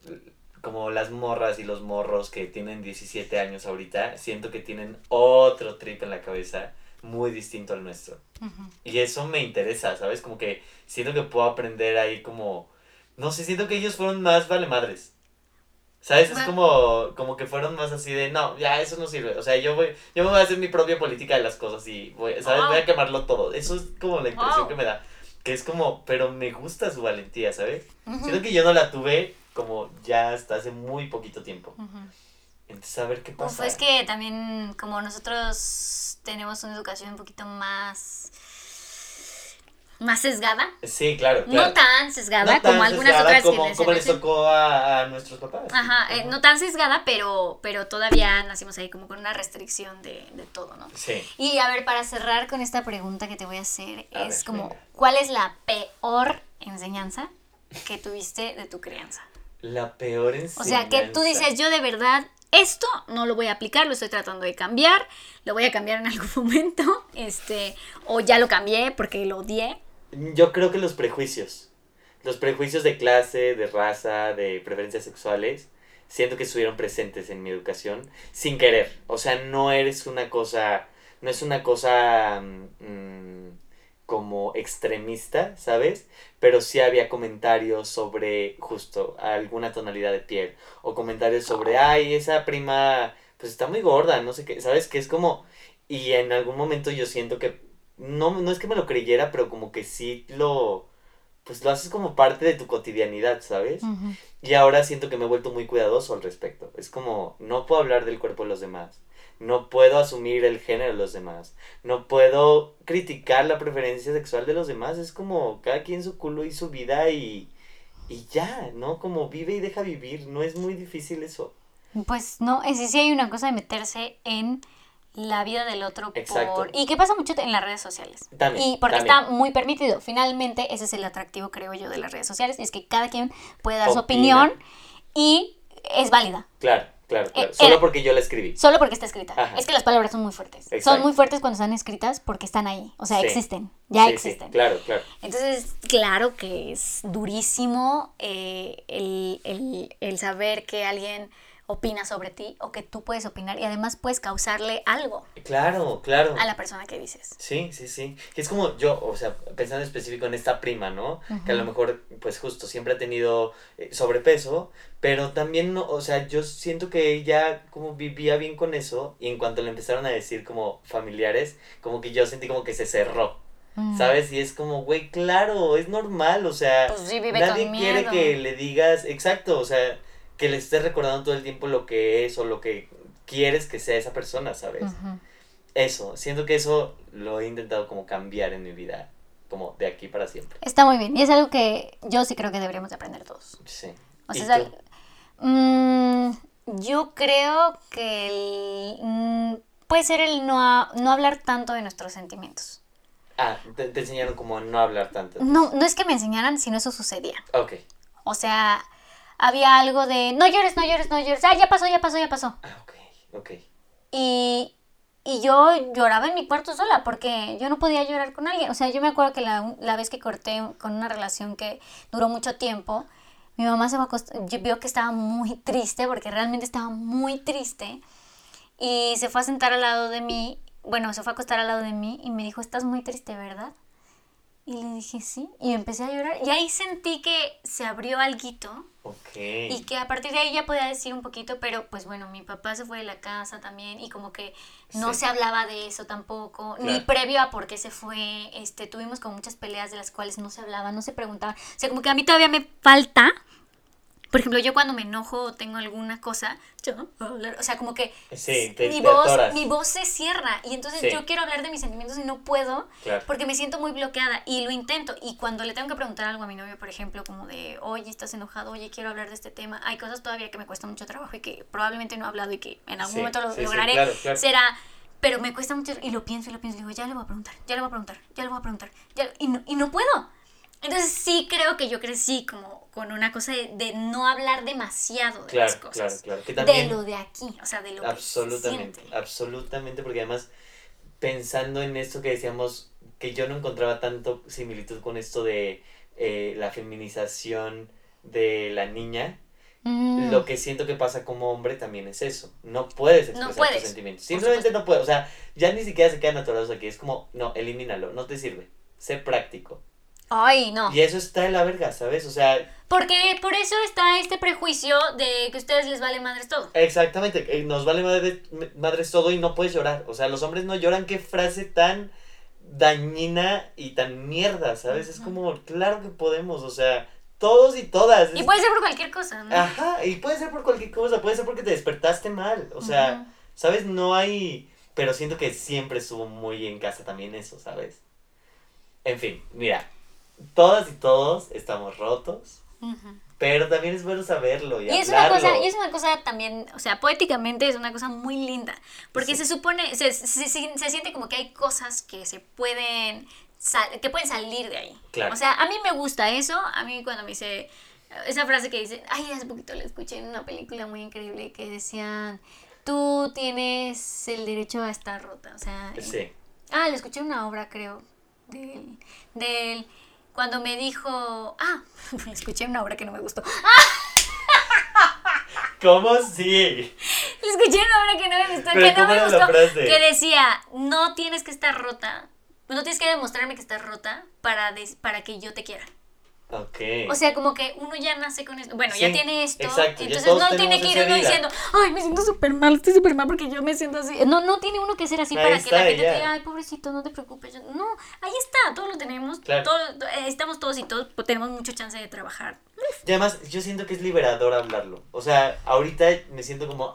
como las morras y los morros que tienen diecisiete años ahorita, siento que tienen otro trip en la cabeza muy distinto al nuestro. Ujú. Y eso me interesa, ¿sabes? Como que siento que puedo aprender ahí como... No sé, siento que ellos fueron más valemadres. ¿Sabes? Es Bueno. como, como que fueron más así de, no, ya eso no sirve. O sea, yo voy, yo me voy a hacer mi propia política de las cosas y, voy, ¿sabes? Wow. Voy a quemarlo todo. Eso es como la impresión Wow. que me da. Que es como, pero me gusta su valentía, ¿sabes? Ujú. Siento que yo no la tuve como ya hasta hace muy poquito tiempo. Ujú. Entonces, a ver qué pasa. Uf, es que también como nosotros tenemos una educación un poquito más más sesgada, Sí, claro, claro. no tan sesgada No tan como algunas sesgada otras como, generaciones. como les tocó a, a nuestros papás. Ajá, eh, no tan sesgada, pero, pero todavía nacimos ahí como con una restricción de, de todo, ¿no? Sí. Y a ver, para cerrar con esta pregunta que te voy a hacer, A es ver, como, venga. ¿cuál es la peor enseñanza que tuviste de tu crianza? La peor O enseñanza. sea, que tú dices, yo de verdad, esto no lo voy a aplicar, lo estoy tratando de cambiar, lo voy a cambiar en algún momento, este, o ya lo cambié porque lo odié. Yo creo que los prejuicios. los prejuicios de clase, de raza, de preferencias sexuales, siento que estuvieron presentes en mi educación sin querer. O sea, no eres una cosa, no es una cosa mmm, como extremista, ¿sabes? Pero sí había comentarios sobre justo alguna tonalidad de piel. O comentarios sobre, ay, esa prima pues está muy gorda, no sé qué, ¿sabes? Que es como... Y en algún momento yo siento que, no, no es que me lo creyera, pero como que sí lo pues lo haces como parte de tu cotidianidad, ¿sabes? Uh-huh. Y ahora siento que me he vuelto muy cuidadoso al respecto. Es como, no puedo hablar del cuerpo de los demás. No puedo asumir el género de los demás. No puedo criticar la preferencia sexual de los demás. Es como, cada quien su culo y su vida y, y ya, ¿no? Como vive y deja vivir. No es muy difícil eso. Pues no, es sí, sí hay una cosa de meterse en la vida del otro. Exacto. Por... Y que pasa mucho en las redes sociales. También, y porque también. está muy permitido. Finalmente, ese es el atractivo, creo yo, de las redes sociales. Es que cada quien puede dar Opina. su opinión y es válida. Claro, claro, claro. Eh, Solo eh, porque yo la escribí. Solo porque está escrita. Ajá. Es que las palabras son muy fuertes. Exacto. Son muy fuertes cuando están escritas porque están ahí. O sea, Sí. existen. Ya Sí, existen. sí, claro, claro. Entonces, claro que es durísimo eh, el, el, el saber que alguien opina sobre ti o que tú puedes opinar y además puedes causarle algo Claro, claro. a la persona que dices. Sí, sí, sí. Que es como yo, o sea, pensando en específico en esta prima, ¿no? Uh-huh. Que a lo mejor, pues justo, siempre ha tenido eh, sobrepeso, pero también, no, o sea, yo siento que ella como vivía bien con eso y en cuanto le empezaron a decir como familiares, como que yo sentí como que se cerró. Mm. ¿Sabes? Y es como, güey, claro, es normal, o sea, pues sí, vive nadie con quiere miedo. que le digas, exacto, o sea, que le estés recordando todo el tiempo lo que es o lo que quieres que sea esa persona, ¿sabes? Uh-huh. Eso, siento que eso lo he intentado como cambiar en mi vida, como de aquí para siempre. Está muy bien y es algo que yo sí creo que deberíamos de aprender todos. Sí. O sea, ¿Y es algo, mmm, yo creo que el, mmm, puede ser el no, a, no hablar tanto de nuestros sentimientos. Ah, te, te enseñaron como a no hablar tanto. No, no es que me enseñaran, sino eso sucedía. Ok. O sea, había algo de no llores, no llores, no llores. Ah, ya pasó, ya pasó, ya pasó. Ah, ok, ok. Y, y yo lloraba en mi cuarto sola porque yo no podía llorar con alguien. O sea, yo me acuerdo que la, la vez que corté con una relación que duró mucho tiempo, mi mamá se vio que estaba muy triste porque realmente estaba muy triste. Y se fue a sentar al lado de mí. Bueno, se fue a acostar al lado de mí y me dijo, estás muy triste, ¿verdad? Y le dije, sí. Y empecé a llorar. Y ahí sentí que se abrió alguito. Ok. Y que a partir de ahí ya podía decir un poquito, pero pues bueno, mi papá se fue de la casa también y como que no sí. se hablaba de eso tampoco, claro. Ni previo a por qué se fue, este, tuvimos como muchas peleas de las cuales no se hablaba, no se preguntaba. O sea, como que a mí todavía me falta, por ejemplo, yo cuando me enojo o tengo alguna cosa, yo, o sea, como que sí, te, mi, te voz, atoras. mi voz se cierra y entonces sí. yo quiero hablar de mis sentimientos y no puedo claro. porque me siento muy bloqueada y lo intento. Y cuando le tengo que preguntar algo a mi novio, por ejemplo, como de, oye, ¿estás enojado? Oye, quiero hablar de este tema. Hay cosas todavía que me cuesta mucho trabajo y que probablemente no he hablado y que en algún sí, momento lo sí, lograré. Sí, claro, claro. Será... Pero me cuesta mucho y lo pienso y lo pienso y digo, ya le voy a preguntar, ya le voy a preguntar, ya le voy a preguntar. Ya, y, no, y no puedo. Entonces sí creo que yo crecí como con una cosa de, de no hablar demasiado de claro, las cosas. Claro, claro. Que también, de lo de aquí, o sea, de lo absolutamente, que se siente. Absolutamente, porque además pensando en esto que decíamos, que yo no encontraba tanto similitud con esto de eh, la feminización de la niña, mm. lo que siento que pasa como hombre también es eso. No puedes expresar no puedes, tus sentimientos. Simplemente no puedes. O sea, ya ni siquiera se quedan atorados aquí. Es como, no, elimínalo, no te sirve. Sé práctico. Ay, no. Y eso está en la verga, ¿sabes? O sea... Porque por eso está este prejuicio de que a ustedes les vale madres todo. Exactamente, nos vale madre, madres todo y no puedes llorar. O sea, los hombres no lloran, qué frase tan dañina y tan mierda, ¿sabes? Uh-huh. Es como, claro que podemos, o sea, todos y todas. Y es... puede ser por cualquier cosa, ¿no? Ajá, y puede ser por cualquier cosa, puede ser porque te despertaste mal. O sea, uh-huh. ¿sabes? No hay... Pero siento que siempre estuvo muy en casa también eso, ¿sabes? En fin, mira... Todas y todos estamos rotos, uh-huh. pero también es bueno saberlo y, y es hablarlo. una cosa, y es una cosa también, o sea, poéticamente es una cosa muy linda, porque sí. se supone, se, se, se, se siente como que hay cosas que se pueden, sal, que pueden salir de ahí. Claro. O sea, a mí me gusta eso, a mí cuando me dice, esa frase que dice, ay, hace poquito la escuché en una película muy increíble que decían, tú tienes el derecho a estar rota, o sea. Sí. Ah, la escuché en una obra, creo, del, del cuando me dijo, ah, escuché una obra que no me gustó. ¿Cómo sí? Escuché una obra que no me gustó, ¿Pero que no cómo me era gustó, la frase? que decía, no tienes que estar rota, no tienes que demostrarme que estás rota para, des- para que yo te quiera. Ok. O sea, como que uno ya nace con esto. Bueno, ya Sí, tiene esto. exacto, ya Entonces todos no tiene tenemos que ir esa uno herida. diciendo, ay, me siento súper mal, estoy súper mal porque yo me siento así. No, no tiene uno que ser así Ahí para que la está, gente ya. te diga, ay, pobrecito, no te preocupes. Yo- No, ahí está, todos lo tenemos. Claro. Todo- to- eh, estamos todos y todos pues, tenemos mucha chance de trabajar. Y además, yo siento que es liberador hablarlo. O sea, ahorita me siento como.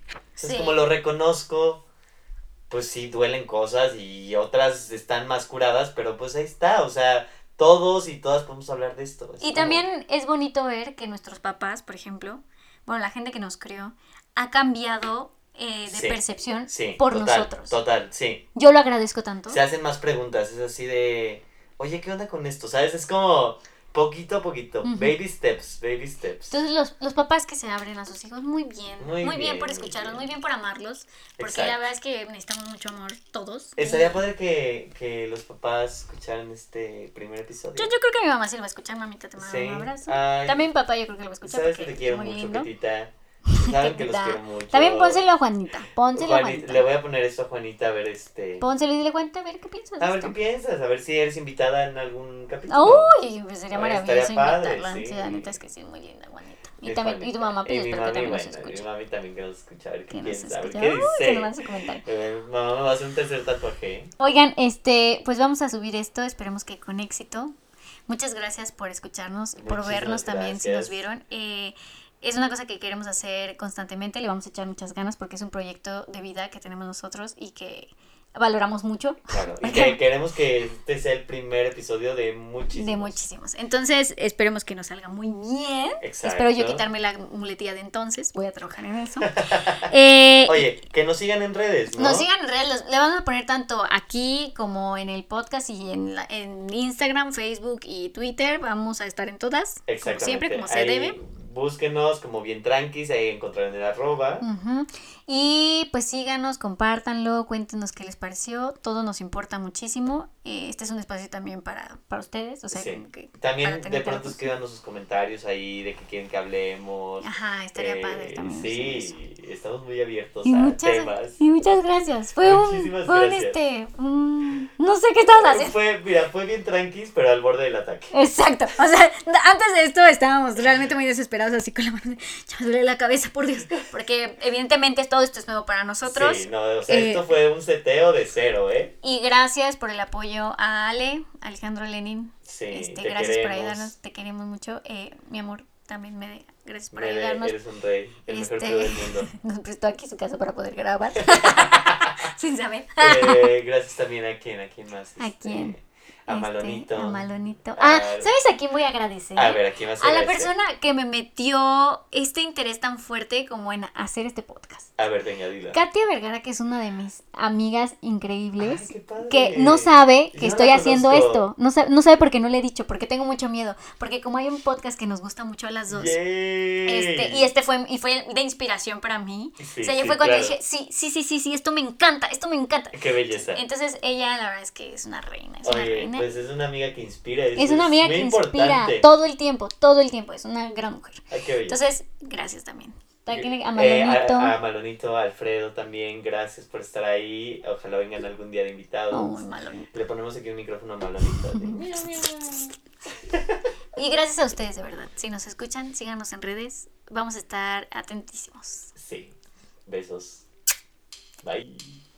Es Sí. como lo reconozco. Pues sí, duelen cosas y otras están más curadas, pero pues ahí está. O sea, todos y todas podemos hablar de esto. Es Y como- también es bonito ver que nuestros papás, por ejemplo, bueno, la gente que nos crió, ha cambiado eh, de Sí, percepción Sí, por total, nosotros. Total, sí. Yo lo agradezco tanto. Se hacen más preguntas, es así de. Oye, ¿qué onda con esto? ¿Sabes? Es como poquito a poquito. Ujú. Baby steps, baby steps. Entonces los, los papás que se abren a sus hijos, muy bien, Muy muy, bien, bien, por muy escucharlos, bien. muy bien por amarlos, porque Exacto. la verdad es que necesitamos mucho amor todos. Estaría Y- padre que, que los papás escucharan este primer episodio. Yo, yo creo que mi mamá sí lo va a escuchar, mamita, te mando Sí. un abrazo. Ay, También papá yo creo que lo va a escuchar sabes que porque te quiero es muy mucho, lindo. Petita. Saben que los Petita. quiero mucho. También pónselo a Juanita, pónselo a Juanita, Juanita. le voy a poner esto a Juanita a ver este. Pónselo y dile cuenta a ver qué piensas de A ver esto. qué piensas, a ver si eres invitada en algún capítulo. Uy, pues sería Ay, maravilloso estaría padre, invitarla. sí. Sí, la neta es que sí, muy linda, Juanita. Y, Es también, y Juanita. tu mamá, pues Y mi espero que mami, también nos bueno, escuche. mi mami también que nos escucha, a ver qué Que nos piensa, a ver escuche. qué Uy, dice. que nos mande su comentario. Eh, mamá me va a hacer un tercer tatuaje. Oigan, este, pues vamos a subir esto, esperemos que con éxito. Muchas gracias por escucharnos, por Muchísimas vernos también si nos gracias. vieron. Eh, es una cosa que queremos hacer constantemente, le vamos a echar muchas ganas porque es un proyecto de vida que tenemos nosotros y que valoramos mucho. Claro, y Porque- que queremos que este sea el primer episodio de muchísimos. De muchísimos. Entonces, esperemos que nos salga muy bien. Exacto. Espero yo quitarme la muletilla de entonces. Voy a trabajar en eso. Eh, Oye, que nos sigan en redes, ¿no? Nos sigan en redes, los- le vamos a poner tanto aquí como en el podcast y en, la- en Instagram, Facebook y Twitter. Vamos a estar en todas, como Exactamente. siempre, como se Ahí debe. Búsquenos como bien tranquis, ahí encontrarán el arroba. Ujú. Y pues síganos, compártanlo, cuéntenos qué les pareció. Todo nos importa muchísimo. Eh, Este es un espacio también para, para ustedes. O sea, Sí. como que También para de tener pronto diálogos. escribanos sus comentarios ahí de que quieren que hablemos. Ajá, estaría Eh, padre también. hacer eso. Sí, estamos muy abiertos Y a muchas, temas. y muchas gracias. Fue un, Muchísimas fue un, gracias. este, un- no sé qué estabas haciendo. Fue, mira, fue bien tranquis, pero al borde del ataque. Exacto, o sea, antes de esto estábamos realmente muy desesperados así con la mano de, ya me duele la cabeza, por Dios, porque evidentemente todo esto es nuevo para nosotros. Sí, no, o sea, Eh, esto fue un seteo de cero, ¿eh? Y gracias por el apoyo a Ale, Alejandro Lenin. Sí, este, te gracias por queremos. ayudarnos, te queremos mucho. Eh, mi amor, también me de, gracias por Mede, ayudarnos. eres un rey, el mejor Este, crew del mundo. Nos prestó aquí su casa para poder grabar. Sin saber. Eh, gracias también a quién, a quién más. ¿A Este, quién? A Este, Malonito. a Malonito. A- Ah, ¿sabes a quién voy a agradecer? A ver, ¿a quién más? A la agradecer? persona que me metió este interés tan fuerte como en hacer este podcast. A ver, venga, dila. Katia Vergara, que es una de mis amigas increíbles, Ay, qué padre. que no sabe Yo que no estoy la haciendo conozco. esto. No sabe, no sabe porque no le he dicho, porque tengo mucho miedo. Porque como hay un podcast que nos gusta mucho a las dos. Yay. Este, y este fue, y fue de inspiración para mí. Sí, o sea, yo sí, fue cuando claro. dije, sí, sí, sí, sí, sí, esto me encanta, esto me encanta. Qué belleza. Entonces ella la verdad es que es una reina, es una Oye, reina. pues es una amiga que inspira. eso Es una amiga muy que inspira importante. todo el tiempo, todo el tiempo. Es una gran mujer. Ay, qué belleza. Entonces, gracias también. También a Eh, Malonito. a, a Malonito, a Alfredo también, gracias por estar ahí. Ojalá vengan algún día de invitados. Oh, Malonito. Le ponemos aquí un micrófono a Malonito. Y gracias a ustedes, de verdad. Si nos escuchan, síganos en redes. Vamos a estar atentísimos. Sí. Besos. Bye.